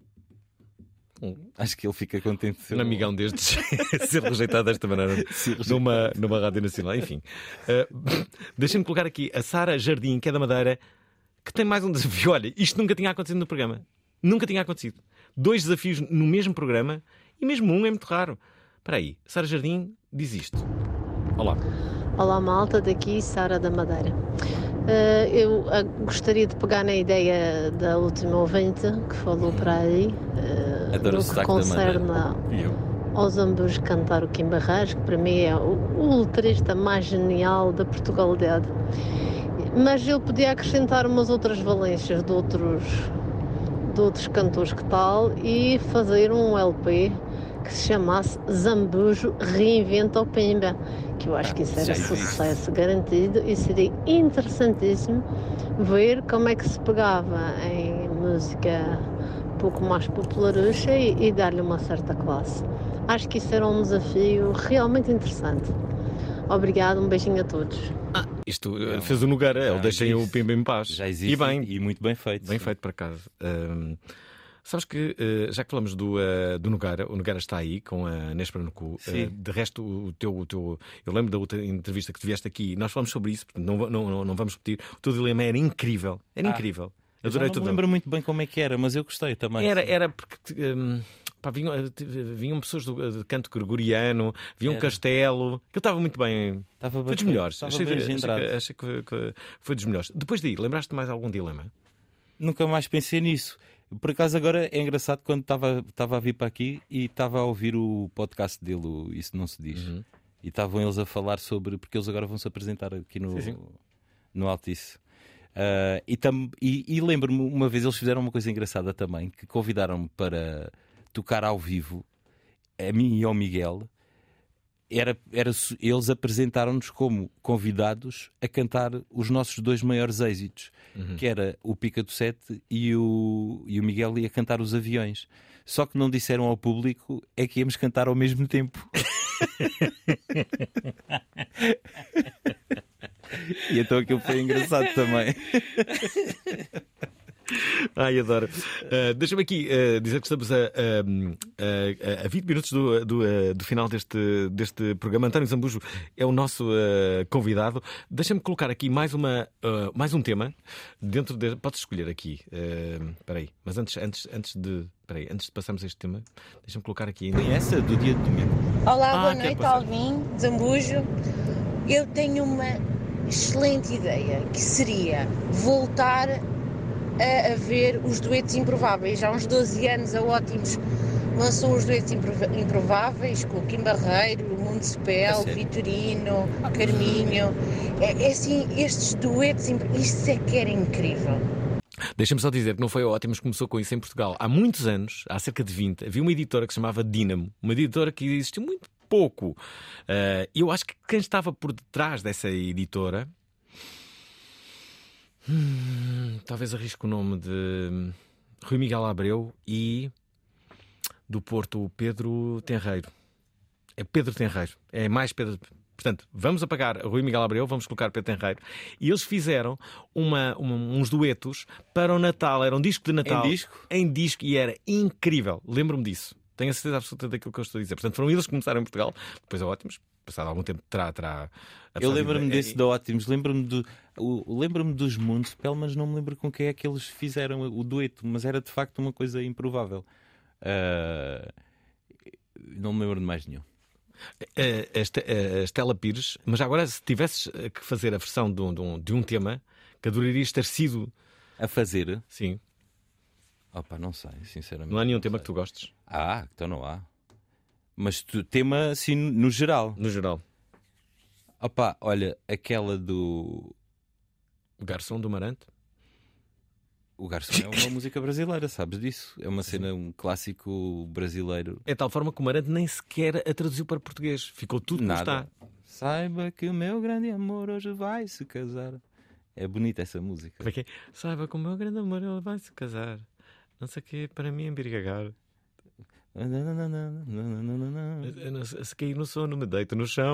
Speaker 6: Acho que ele fica contente de ser
Speaker 4: um amigão destes ser rejeitado desta maneira numa rádio nacional. Enfim, deixem-me colocar aqui a Sara Jardim, que é da Madeira, que tem mais um desafio. Olha, isto nunca tinha acontecido no programa. Nunca tinha acontecido. 2 desafios no mesmo programa e mesmo um é muito raro. Espera aí, Sara Jardim diz isto.
Speaker 11: Olá malta, daqui Sara da Madeira. Eu gostaria de pegar na ideia da última ouvinte que falou para aí,
Speaker 6: no
Speaker 11: que concerne aos Zambujos cantar o Kim Barreiros, que para mim é o letrista mais genial da Portugalidade. Mas ele podia acrescentar umas outras valências de outros cantores que tal e fazer um LP que se chamasse Zambujo Reinventa o Pimba, que eu acho que isso era sucesso garantido e seria interessantíssimo ver como é que se pegava em música um pouco mais popularucha e dar-lhe uma certa classe. Acho que isso era um desafio realmente interessante. Obrigado, um beijinho a todos.
Speaker 4: Isto fez o Nogueira, ele deixem o Pimba em paz.
Speaker 6: Já existe e muito bem feito.
Speaker 4: Bem feito, por acaso. Sabes que, já que falamos do Nogueira, o Nogueira está aí com a Nespera no cu. De resto, o teu, eu lembro da outra entrevista que tu vieste aqui, nós falamos sobre isso, portanto não vamos repetir. O teu dilema era incrível. Era incrível.
Speaker 6: Eu não me lembro muito bem como é que era, mas eu gostei também.
Speaker 4: Era porque vinham pessoas de canto gregoriano, vinha um castelo, que eu estava muito bem. Foi dos melhores. Achei que foi dos melhores. Depois daí, lembraste-te mais algum dilema?
Speaker 6: Nunca mais pensei nisso. Por acaso agora é engraçado quando estava a vir para aqui e estava a ouvir o podcast dele, Isso Não Se Diz. E estavam eles a falar sobre, porque eles agora vão se apresentar aqui no Altice. E lembro-me, uma vez eles fizeram uma coisa engraçada também, que convidaram-me para tocar ao vivo, a mim e ao Miguel. Eles apresentaram-nos como convidados a cantar os nossos 2 maiores êxitos, que era o Pica do Sete e o Miguel ia cantar Os Aviões. Só que não disseram ao público é que íamos cantar ao mesmo tempo. E então aquilo foi engraçado também.
Speaker 4: Ai, adoro. Deixa-me aqui dizer que estamos a 20 minutos do final deste programa. António Zambujo é o nosso convidado. Deixa-me colocar aqui mais um tema dentro de... Podes escolher aqui. Espera aí. Mas antes de passarmos a este tema, deixa-me colocar aqui ainda
Speaker 6: essa do dia de domingo.
Speaker 12: Olá, boa noite, Alvin, Zambujo. Eu tenho uma excelente ideia, que seria voltar a ver os duetos improváveis. Há uns 12 anos a Ótimos lançou os duetos improváveis com o Kim Barreiro, o Mundo Spell, Vitorino, Carminho. É assim, estes duetos, isso é que era incrível.
Speaker 4: Deixa-me só dizer que não foi a Ótimos que começou com isso em Portugal. Há muitos anos, há cerca de 20, havia uma editora que se chamava Dínamo, uma editora que existiu muito pouco. Eu acho que quem estava por detrás dessa editora, talvez arrisque o nome de Rui Miguel Abreu e do Porto, o Pedro Tenreiro. É Pedro Tenreiro, é mais Pedro. Portanto, vamos apagar Rui Miguel Abreu, vamos colocar Pedro Tenreiro. E eles fizeram uns duetos para o Natal. Era um disco de Natal.
Speaker 6: Em disco?
Speaker 4: Em disco, e era incrível. Lembro-me disso. Tenho a certeza absoluta daquilo que eu estou a dizer. Portanto, foram eles que começaram em Portugal. Depois é Ótimos. Passado algum tempo terá
Speaker 6: eu lembro-me desse da Ótimos. Lembro-me dos Municipal, mas não me lembro com quem é que eles fizeram o dueto. Mas era de facto uma coisa improvável. Não me lembro de mais nenhum.
Speaker 4: A Estela Pires, mas agora, se tivesses que fazer a versão de um tema que adorarias ter sido
Speaker 6: a fazer,
Speaker 4: sim.
Speaker 6: Opa, não sei, sinceramente.
Speaker 4: Não há nenhum tema que tu gostes?
Speaker 6: Então não há. Mas tema assim no geral.
Speaker 4: No geral.
Speaker 6: Opa, olha, aquela do
Speaker 4: Garçom do Marante.
Speaker 6: O Garçom é uma música brasileira, sabes disso? É uma cena, um clássico brasileiro.
Speaker 4: É de tal forma que o Marante nem sequer a traduziu para português. Ficou tudo como está.
Speaker 6: Saiba que o meu grande amor hoje vai se casar. É bonita essa música.
Speaker 4: Como é que é? Saiba que o meu grande amor ele vai se casar. Não sei o que, para mim embirgagar. Se cair no sono, me deito no chão.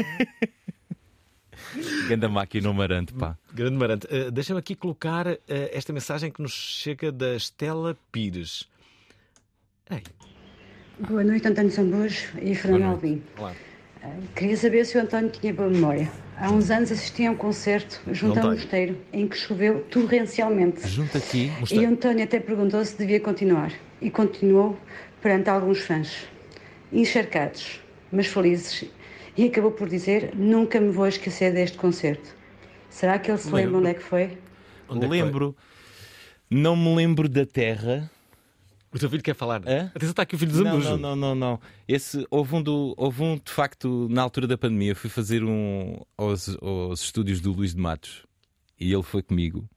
Speaker 6: Grande máquina, Marante, pá.
Speaker 4: Grande Marante. Deixa-me aqui colocar esta mensagem que nos chega da Estela Pires. Ei.
Speaker 13: Boa noite, António Zambujo e Fernando Alvim.
Speaker 4: Olá.
Speaker 13: Queria saber se o António tinha boa memória. Há uns anos assisti a um concerto junto a um mosteiro em que choveu torrencialmente.
Speaker 6: Junto aqui?
Speaker 13: E o António até perguntou se devia continuar. E continuou perante alguns fãs, encharcados, mas felizes. E acabou por dizer: nunca me vou esquecer deste concerto. Será que ele se lembra onde é que foi?
Speaker 6: Lembro. Não me lembro da terra.
Speaker 4: O teu filho quer falar? Atenção, está aqui o filho do Zambujo.
Speaker 6: Não. Houve um, de facto, na altura da pandemia, eu fui fazer aos estúdios do Luís de Matos. E ele foi comigo.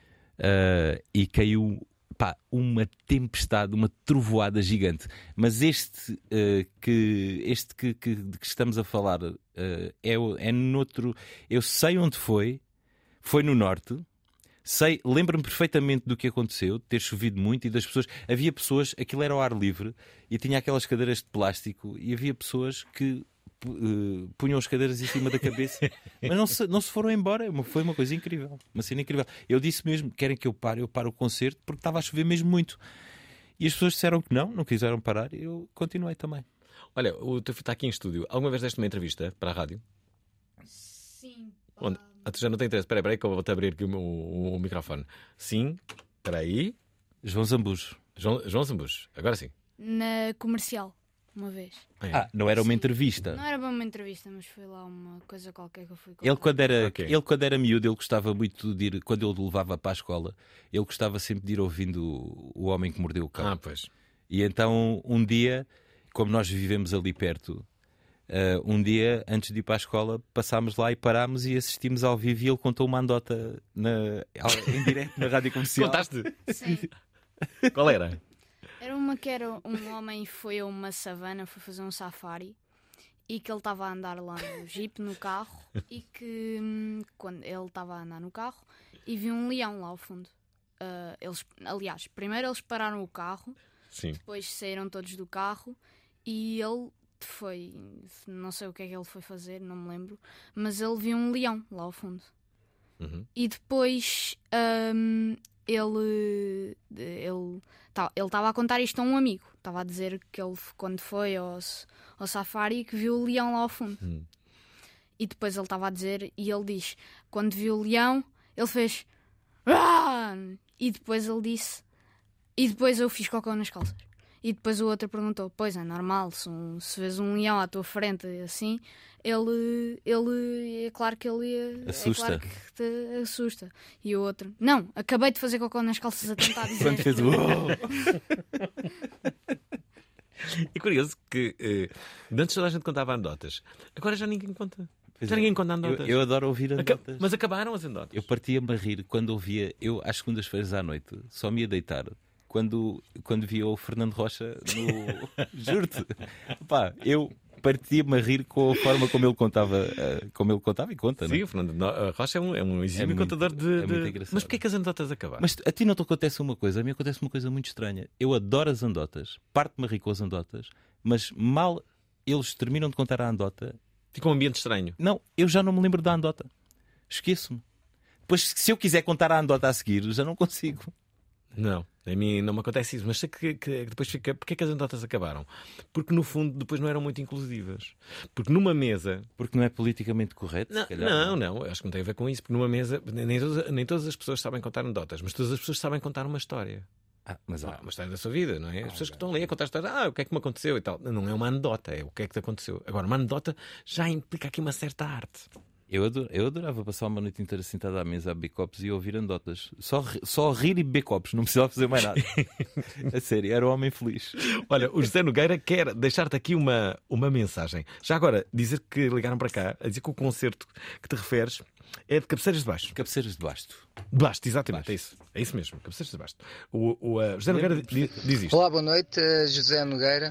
Speaker 6: E caiu uma tempestade, uma trovoada gigante. Mas este que estamos a falar é noutro. Eu sei onde foi. Foi no norte. Lembro-me perfeitamente do que aconteceu, de ter chovido muito e das pessoas. Havia pessoas, aquilo era ao ar livre e tinha aquelas cadeiras de plástico e havia pessoas que punham as cadeiras em cima da cabeça, mas não se foram embora. Foi uma coisa incrível, uma cena incrível. Eu disse mesmo: querem que eu pare o concerto, porque estava a chover mesmo muito. E as pessoas disseram que não quiseram parar e eu continuei também.
Speaker 4: Olha, o teu filho está aqui em estúdio. Alguma vez deste uma entrevista para a rádio?
Speaker 14: Sim.
Speaker 4: Onde? Tu já não tem interesse. Espera aí que eu vou-te abrir aqui o microfone. Sim, espera aí.
Speaker 6: João Zambujo.
Speaker 4: João Zambujo, agora sim.
Speaker 14: Na Comercial, uma vez.
Speaker 6: Não era uma entrevista.
Speaker 14: Não era bem uma entrevista, mas foi lá uma coisa qualquer que eu fui
Speaker 6: contar. Ele quando era miúdo, ele gostava muito de ir, quando eu o levava para a escola, ele gostava sempre de ir ouvindo O Homem que Mordeu o Cão.
Speaker 4: Pois.
Speaker 6: E então, um dia, como nós vivemos ali perto, um dia, antes de ir para a escola, passámos lá e parámos e assistimos ao vivo e ele contou uma andota em direto na Rádio Comercial.
Speaker 4: Contaste?
Speaker 14: Sim.
Speaker 4: Qual era?
Speaker 14: Era uma que era um homem foi a uma savana, foi fazer um safari e que ele estava a andar lá no jeep, no carro, e que quando ele estava a andar no carro e viu um leão lá ao fundo. Aliás, primeiro eles pararam o carro.
Speaker 4: Sim.
Speaker 14: Depois saíram todos do carro e ele foi, não sei o que é que ele foi fazer, não me lembro, mas ele viu um leão lá ao fundo.
Speaker 4: Uhum.
Speaker 14: E depois ele estava a contar isto a um amigo, estava a dizer que ele, quando foi ao safari, que viu o leão lá ao fundo. E depois ele estava a dizer, e ele diz, quando viu o leão, ele fez e depois ele disse, e depois eu fiz cocô nas calças. E depois o outro perguntou: pois é normal, se vês um leão à tua frente assim, ele é claro que ele
Speaker 6: assusta.
Speaker 14: É claro que te assusta. E o outro: não, acabei de fazer cocô nas calças a tentar dizer.
Speaker 6: Quando fez o
Speaker 4: É curioso que antes toda a gente contava anedotas, agora já ninguém conta. Já ninguém conta anedotas.
Speaker 6: Eu adoro ouvir anedotas.
Speaker 4: Mas acabaram as anedotas.
Speaker 6: Eu partia-me a rir quando ouvia, eu às segundas-feiras à noite, só me ia deitar quando via o Fernando Rocha no... Juro-te. Pá, eu partia-me a rir com a forma como ele contava e conta.
Speaker 4: Sim,
Speaker 6: não?
Speaker 4: o Fernando Rocha é um exímio contador de...
Speaker 6: É muito engraçado.
Speaker 4: Mas porquê que as anedotas acabaram?
Speaker 6: Mas a ti não te acontece uma coisa, a mim acontece uma coisa muito estranha. Eu adoro as anedotas, parte-me a rir com as anedotas, mas mal eles terminam de contar a anedota...
Speaker 4: Fica um ambiente estranho.
Speaker 6: Não, eu já não me lembro da anedota. Esqueço-me. Depois, se eu quiser contar a anedota a seguir, já não consigo.
Speaker 4: Não, a mim não me acontece isso. Mas sei que depois fica... Porquê que as anedotas acabaram? Porque no fundo depois não eram muito inclusivas. Porque numa mesa...
Speaker 6: Porque não é politicamente correto,
Speaker 4: não,
Speaker 6: se calhar.
Speaker 4: Não, acho que não tem a ver com isso. Porque numa mesa nem todas as pessoas sabem contar anedotas, mas todas as pessoas sabem contar uma história.
Speaker 6: Mas
Speaker 4: uma história da sua vida, não é? As pessoas que estão ali a contar a história, o que é que me aconteceu e tal. Não é uma anedota, é o que é que te aconteceu. Agora, uma anedota já implica aqui uma certa arte.
Speaker 6: Eu adorava passar uma noite inteira sentada à mesa a beber copos e ouvir anedotas. Só rir e beber copos, não precisava fazer mais nada. A sério, era um homem feliz.
Speaker 4: Olha, o José Nogueira quer deixar-te aqui uma mensagem. Já agora, dizer que ligaram para cá a dizer que o concerto que te referes é de Cabeceiras de Basto.
Speaker 6: Cabeceiras de Basto.
Speaker 4: De Basto, exatamente, Basto. É isso mesmo, Cabeceiras de Basto. O José Nogueira diz isto.
Speaker 15: Olá, boa noite, José Nogueira.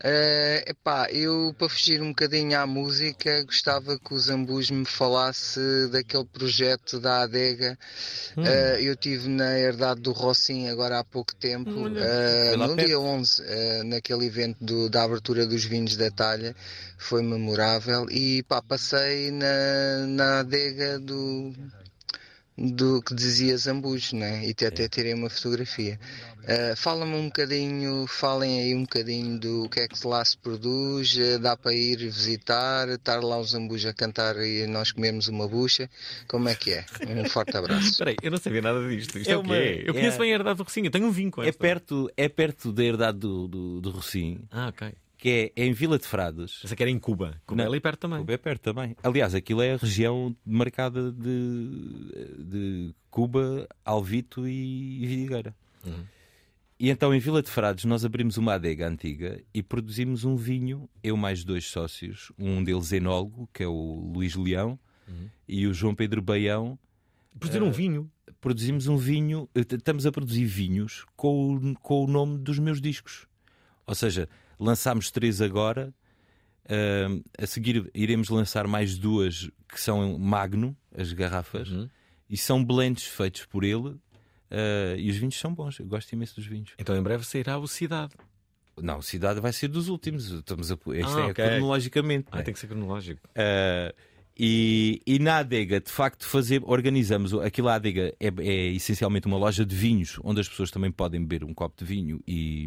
Speaker 15: Eu, para fugir um bocadinho à música, gostava que o Zambus me falasse daquele projeto da Adega. Eu estive na herdade do Rossim agora há pouco tempo, no dia 11, naquele evento da abertura dos vinhos da Talha. Foi memorável e passei na adega do que dizia Zambujo, né? E até tirei uma fotografia. Falem aí um bocadinho do que é que lá se produz, dá para ir visitar, estar lá o Zambujo a cantar e nós comemos uma bucha, como é que é? Um forte abraço.
Speaker 4: Espera aí, eu não sabia nada disto. Isto é o quê? Eu conheço bem a herdade do Rocinho, eu tenho um vinho com esta.
Speaker 6: É perto da herdade do Rocinho.
Speaker 4: Ok.
Speaker 6: Que é em Vila de Frades.
Speaker 4: Essa que era em Cuba. Cuba é ali perto também.
Speaker 6: Cuba é perto também. Aliás, aquilo é a região marcada de Cuba, Alvito e Vidigueira. E então em Vila de Frades nós abrimos uma adega antiga e produzimos um vinho, eu mais 2 sócios, um deles enólogo, que é o Luís Leão, e o João Pedro Baião.
Speaker 4: Produziram um vinho?
Speaker 6: Produzimos um vinho, estamos a produzir vinhos com o nome dos meus discos. Ou seja, lançámos 3 agora, a seguir iremos lançar mais 2 que são Magno, as garrafas, e são blends feitos por ele, e os vinhos são bons, eu gosto imenso dos vinhos.
Speaker 4: Então em breve sairá o Cidade.
Speaker 6: Não, o Cidade vai ser dos últimos, cronologicamente.
Speaker 4: Tem que ser cronológico.
Speaker 6: E na adega, de facto, organizamos aquilo. A adega é essencialmente uma loja de vinhos, onde as pessoas também podem beber um copo de vinho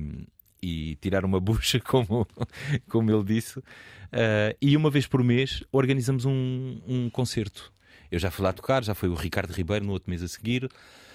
Speaker 6: e tirar uma bucha, como ele disse, e uma vez por mês organizamos um concerto. Eu já fui lá tocar, já foi o Ricardo Ribeiro no outro mês a seguir.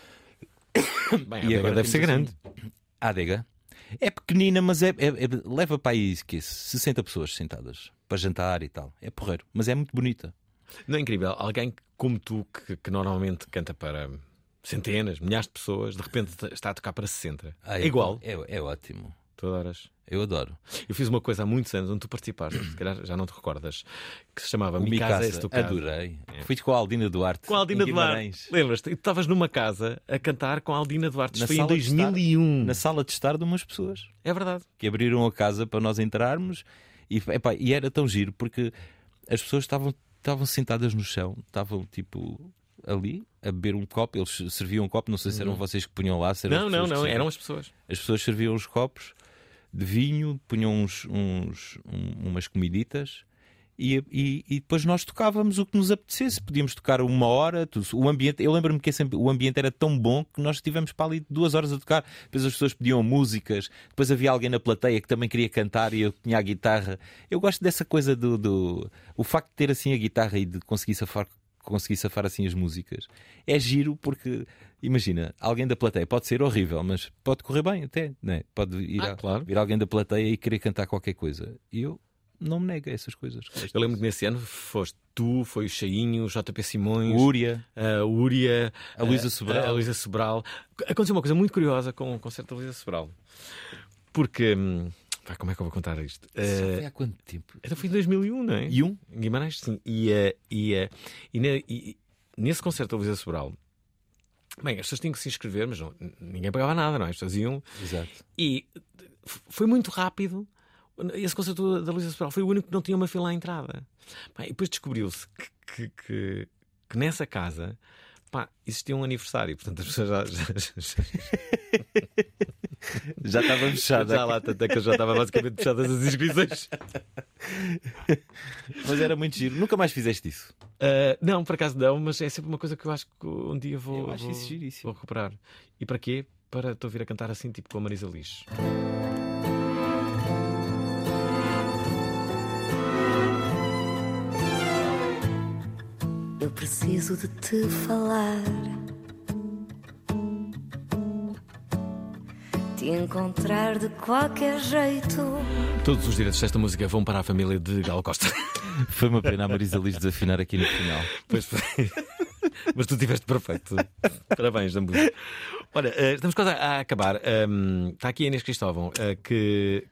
Speaker 4: Bem, a adega deve ser grande.
Speaker 6: A adega é pequenina, mas leva para aí 60 pessoas sentadas para jantar e tal. É porreiro, mas é muito bonita.
Speaker 4: Não é incrível? Alguém como tu, que normalmente canta para centenas, milhares de pessoas, de repente está a tocar para 60. É igual.
Speaker 6: É ótimo.
Speaker 4: Tu adoras?
Speaker 6: Eu adoro.
Speaker 4: Eu fiz uma coisa há muitos anos onde tu participaste, se calhar já não te recordas, que se chamava Mi Casa Es Tu Casa.
Speaker 6: Adorei. Fui com a Aldina Duarte.
Speaker 4: Com a Aldina Duarte. Lembras-te? E tu estavas numa casa a cantar com a Aldina Duarte. Isso foi em 2001.
Speaker 6: Na sala de estar de umas pessoas.
Speaker 4: É verdade.
Speaker 6: Que abriram a casa para nós entrarmos e era tão giro porque as pessoas estavam sentadas no chão, estavam tipo ali a beber um copo. Eles serviam um copo, não sei se eram vocês que punham lá.
Speaker 4: Não, eram as pessoas.
Speaker 6: As pessoas serviam os copos de vinho, punham umas comiditas e depois nós tocávamos o que nos apetecesse. Podíamos tocar 1 hora. O ambiente, eu lembro-me que o ambiente era tão bom que nós estivemos para ali 2 horas a tocar. Depois as pessoas pediam músicas, depois havia alguém na plateia que também queria cantar e eu tinha a guitarra. Eu gosto dessa coisa o facto de ter assim a guitarra e de conseguir safar assim as músicas. É giro porque, imagina, alguém da plateia pode ser horrível, mas pode correr bem até, não é? Pode vir alguém da plateia e querer cantar qualquer coisa. E eu não me nego a essas coisas.
Speaker 4: Eu lembro que nesse ano foste tu, foi o Cheinho, o JP Simões,
Speaker 6: o Úria,
Speaker 4: a Luísa Sobral. Aconteceu uma coisa muito curiosa com o concerto da Luísa Sobral. Porque Como é que eu vou contar isto?
Speaker 6: Foi há quanto tempo?
Speaker 4: Foi em 2001, não é?
Speaker 6: E um?
Speaker 4: Em Guimarães, sim. E nesse concerto da Luísa Sobral, bem, as pessoas tinham que se inscrever, mas ninguém pagava nada, não é? As pessoas iam.
Speaker 6: Exato.
Speaker 4: E foi muito rápido. Esse concerto da Luísa Sobral foi o único que não tinha uma fila à entrada. Bem, e depois descobriu-se que nessa casa existia um aniversário, portanto as pessoas
Speaker 6: já estava fechada.
Speaker 4: Já lá, tanto é que eu já estava basicamente fechadas as inscrições.
Speaker 6: Mas era muito giro. Nunca mais fizeste isso?
Speaker 4: Não, por acaso não, mas é sempre uma coisa que eu acho que um dia vou recuperar. E para quê? Para te ouvir a cantar assim, tipo com a Marisa Liz.
Speaker 16: Eu preciso de te falar, te encontrar de qualquer jeito.
Speaker 4: Todos os direitos desta música vão para a família de Gal Costa.
Speaker 6: Foi uma pena a Marisa Liz desafinar aqui no final.
Speaker 4: Pois foi. Mas tu tiveste perfeito. Parabéns, Zambujo. Olha, estamos quase a acabar. Está aqui a Inês Cristóvão, que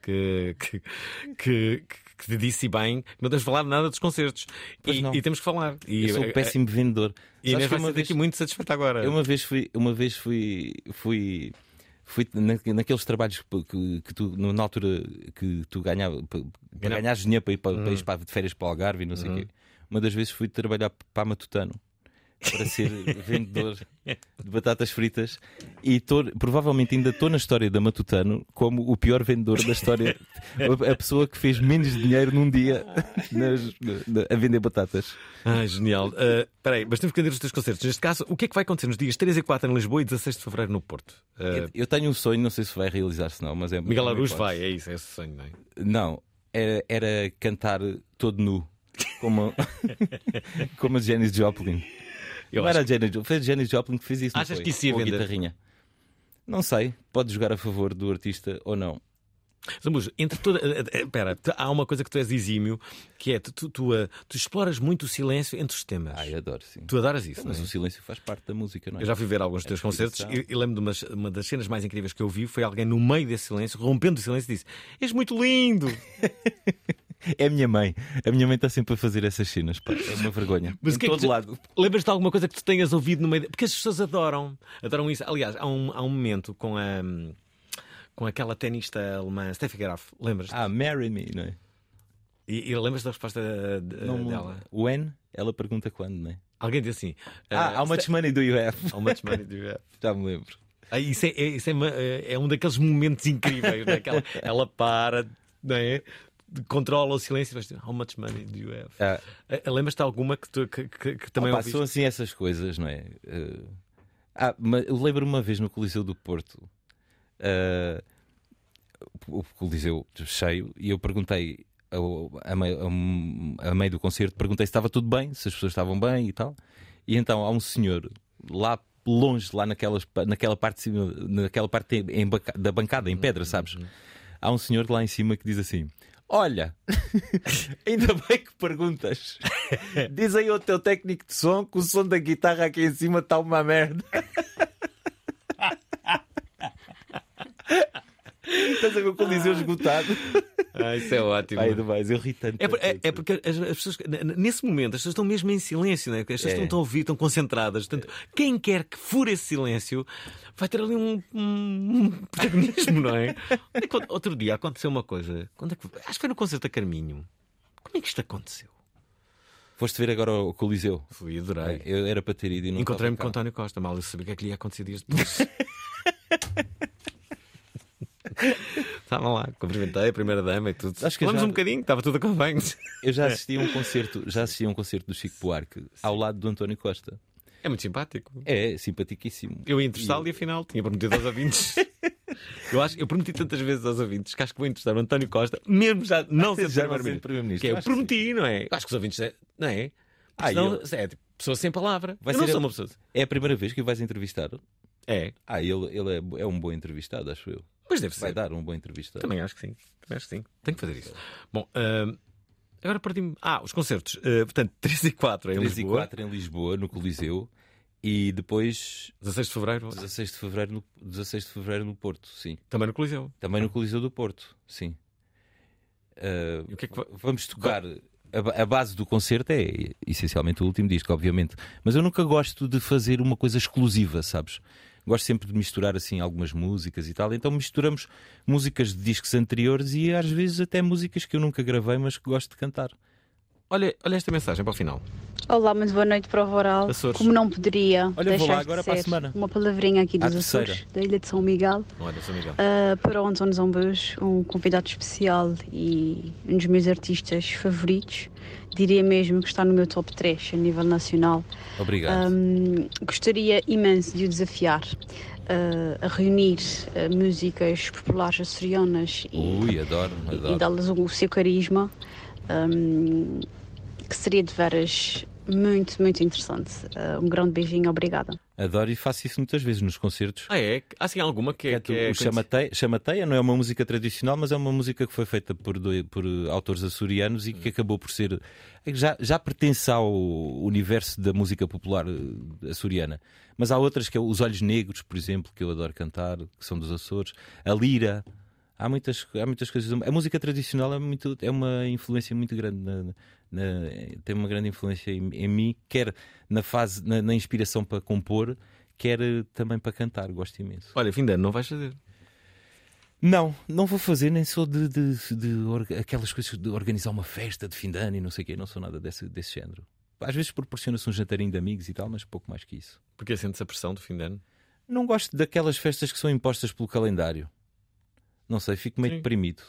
Speaker 4: te disse bem que não tens falado nada dos concertos. E temos que falar.
Speaker 6: Eu sou um péssimo vendedor.
Speaker 4: E Inês vai ser daqui muito satisfeita agora.
Speaker 6: Eu uma vez fui naqueles trabalhos que tu, na altura que tu ganhavas dinheiro para ir para de férias para o Algarve e não sei o quê. Uma das vezes fui trabalhar para a Matutano para ser vendedor de batatas fritas e provavelmente ainda estou na história da Matutano como o pior vendedor da história, a pessoa que fez menos dinheiro num dia a vender batatas.
Speaker 4: Genial. Espera aí, mas temos que vender os teus concertos. Neste caso, o que é que vai acontecer nos dias 3 e 4 em Lisboa e 16 de Fevereiro no Porto?
Speaker 6: Eu tenho um sonho, não sei se vai realizar-se não, mas é
Speaker 4: Miguel Araújo vai, é isso, é esse sonho, não é?
Speaker 6: Não, era cantar todo nu como a Janis Joplin. Não era a Janis Joplin, foi a Janis Joplin que fez isso.
Speaker 4: Achas que isso ia vender?
Speaker 6: Guitarrinha. Não sei, pode jogar a favor do artista ou não.
Speaker 4: Zambujo, espera, há uma coisa que tu és exímio, que é tu exploras muito o silêncio entre os temas.
Speaker 6: Eu adoro, sim.
Speaker 4: Tu adoras isso,
Speaker 6: mas
Speaker 4: não é?
Speaker 6: O silêncio faz parte da música, não é?
Speaker 4: Eu já fui ver alguns dos teus concertos e lembro de uma das cenas mais incríveis que eu vi foi alguém no meio desse silêncio, rompendo o silêncio, e disse: és muito lindo.
Speaker 6: É a minha mãe. A minha mãe está sempre a fazer essas cenas, pá. É uma vergonha.
Speaker 4: Mas
Speaker 6: em todo lado.
Speaker 4: Lembras-te de alguma coisa que tu tenhas ouvido no meio? Porque as pessoas adoram isso. Aliás, há um momento com aquela tenista alemã, Steffi Graf, lembras?
Speaker 6: Marry Me, não é?
Speaker 4: E lembras da resposta dela?
Speaker 6: When? Ela pergunta quando, não é?
Speaker 4: Alguém diz assim:
Speaker 6: how much money do you have?
Speaker 4: How much money do you have?
Speaker 6: Já me lembro.
Speaker 4: Isso é um daqueles momentos incríveis, né? Ela para, não é? Controla o silêncio e vai dizer: how much money do you have? Lembras-te de alguma que também ouviste?
Speaker 6: São assim essas coisas, não é? Mas eu lembro-me uma vez no Coliseu do Porto, o Coliseu cheio, e eu perguntei a meio do concerto, perguntei se estava tudo bem, se as pessoas estavam bem e tal. E então há um senhor lá longe, lá naquela parte de cima, naquela parte da bancada em pedra, sabes? Há um senhor lá em cima que diz assim: olha, ainda bem que perguntas. Diz aí ao teu técnico de som que o som da guitarra aqui em cima está uma merda. Estás a ver o Coliseu esgotado?
Speaker 4: Isso é ótimo.
Speaker 6: Eu ri tanto.
Speaker 4: É porque as pessoas, nesse momento, as pessoas estão mesmo em silêncio, não é? As pessoas estão a ouvir, estão concentradas. Portanto, quem quer que fure esse silêncio vai ter ali um protagonismo, não é? Outro dia aconteceu uma coisa. Acho que foi no concerto da Carminho. Como é que isto aconteceu?
Speaker 6: Foste ver agora o Coliseu?
Speaker 4: Fui, adorei.
Speaker 6: Eu era para ter ido e não.
Speaker 4: Encontrei-me com António Costa. Mal eu sabia o que é que lhe ia acontecer dias depois. Estava lá, cumprimentei a primeira dama e tudo. Falamos um bocadinho, estava tudo a correr bem.
Speaker 6: Eu já assisti a um concerto do Chico Buarque ao lado do António Costa.
Speaker 4: É muito simpático.
Speaker 6: É simpaticíssimo.
Speaker 4: Eu ia entrevistá-lo e afinal tinha prometido aos ouvintes. Eu prometi tantas vezes aos ouvintes que acho que vou entrevistar o António Costa, mesmo já não ser primeiro-ministro. Que eu prometi, não é? Acho que os ouvintes, não é? É tipo, pessoa sem palavra.
Speaker 6: Vai ser uma pessoa. É a primeira vez que o vais entrevistar?
Speaker 4: É.
Speaker 6: Ele é um bom entrevistado, acho eu.
Speaker 4: Pois deve ser.
Speaker 6: Vai dar um bom entrevistado.
Speaker 4: Também acho que sim. Tenho que fazer isso. Bom, agora partimos. os concertos. Portanto, 3 e 4 em Lisboa.
Speaker 6: 3 e 4 em Lisboa, no Coliseu. E depois
Speaker 4: 16 de Fevereiro.
Speaker 6: 16 de Fevereiro no Porto, sim.
Speaker 4: Também no Coliseu.
Speaker 6: Também no Coliseu do Porto, sim.
Speaker 4: o que é que
Speaker 6: vamos tocar? A base do concerto é essencialmente o último disco, obviamente. Mas eu nunca gosto de fazer uma coisa exclusiva, sabes? Gosto sempre de misturar assim algumas músicas e tal. Então misturamos músicas de discos anteriores e às vezes até músicas que eu nunca gravei, mas que gosto de cantar.
Speaker 4: Olha esta mensagem para o final.
Speaker 17: Olá, muito boa noite para o Voral.
Speaker 4: Açores.
Speaker 17: Como não poderia deixar
Speaker 6: agora
Speaker 17: de
Speaker 6: para a
Speaker 17: ser
Speaker 6: semana.
Speaker 17: uma palavrinha aqui dos Açores, da Ilha de São Miguel, para o António Zambujo, um convidado especial e um dos meus artistas favoritos. Diria mesmo que está no meu top 3 a nível nacional.
Speaker 6: Obrigado.
Speaker 17: Gostaria imenso de o desafiar a reunir músicas populares açorianas
Speaker 6: adoro.
Speaker 17: E dar-lhes o seu carisma, que seria de veras muito, muito interessante. Um grande beijinho, obrigada.
Speaker 6: Adoro e faço isso muitas vezes nos concertos.
Speaker 4: É? Há assim alguma que é
Speaker 6: o Chamateia não é uma música tradicional, mas é uma música que foi feita por autores açorianos e que acabou por ser... Já pertence ao universo da música popular açoriana. Mas há outras, que é Os Olhos Negros, por exemplo, que eu adoro cantar, que são dos Açores. A Lira. Há muitas coisas. A música tradicional é uma influência muito grande tem uma grande influência em mim, quer na inspiração para compor, quer também para cantar. Gosto imenso.
Speaker 4: Olha, fim de ano não vais fazer?
Speaker 6: Não vou fazer, nem sou de aquelas coisas de organizar uma festa de fim de ano e não sei o quê, não sou nada desse género. Às vezes proporciona-se um jantarinho de amigos e tal, mas pouco mais que isso.
Speaker 4: Porque sentes a pressão do fim de ano?
Speaker 6: Não gosto daquelas festas que são impostas pelo calendário. Não sei, fico meio deprimido.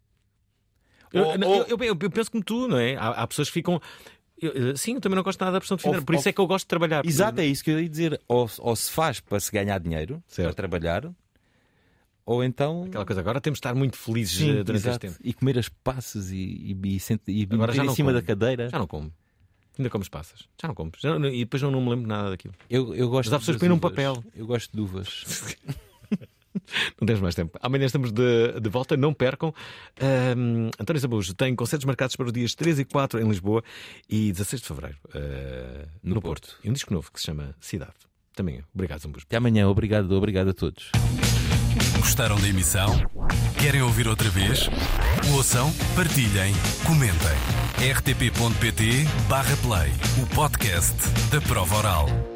Speaker 4: Eu penso como tu, não é? Há pessoas que ficam... Sim, eu também não gosto nada da pressão de fim de ano. Por isso é que eu gosto de trabalhar.
Speaker 6: Exato, é isso que eu ia dizer. Ou se faz para se ganhar dinheiro, para trabalhar, ou então...
Speaker 4: Aquela coisa, agora temos de estar muito felizes durante este tempo.
Speaker 6: E comer as passas e meter em cima da cadeira.
Speaker 4: Já não como. Ainda comes passas? Já não como. E depois não me lembro nada daquilo.
Speaker 6: Eu gosto.
Speaker 4: Mas há pessoas que põem num papel.
Speaker 6: Eu gosto de uvas.
Speaker 4: Não tens mais tempo. Amanhã estamos de volta, não percam. António Zambujo tem concertos marcados para os dias 3 e 4 em Lisboa e 16 de Fevereiro no Porto. E um disco novo que se chama Cidade. Também eu. Obrigado, Zambujo.
Speaker 6: Até amanhã. Obrigado a todos.
Speaker 18: Gostaram da emissão? Querem ouvir outra vez? Ouçam, partilhem, comentem. rtp.pt/play, o podcast da Prova Oral.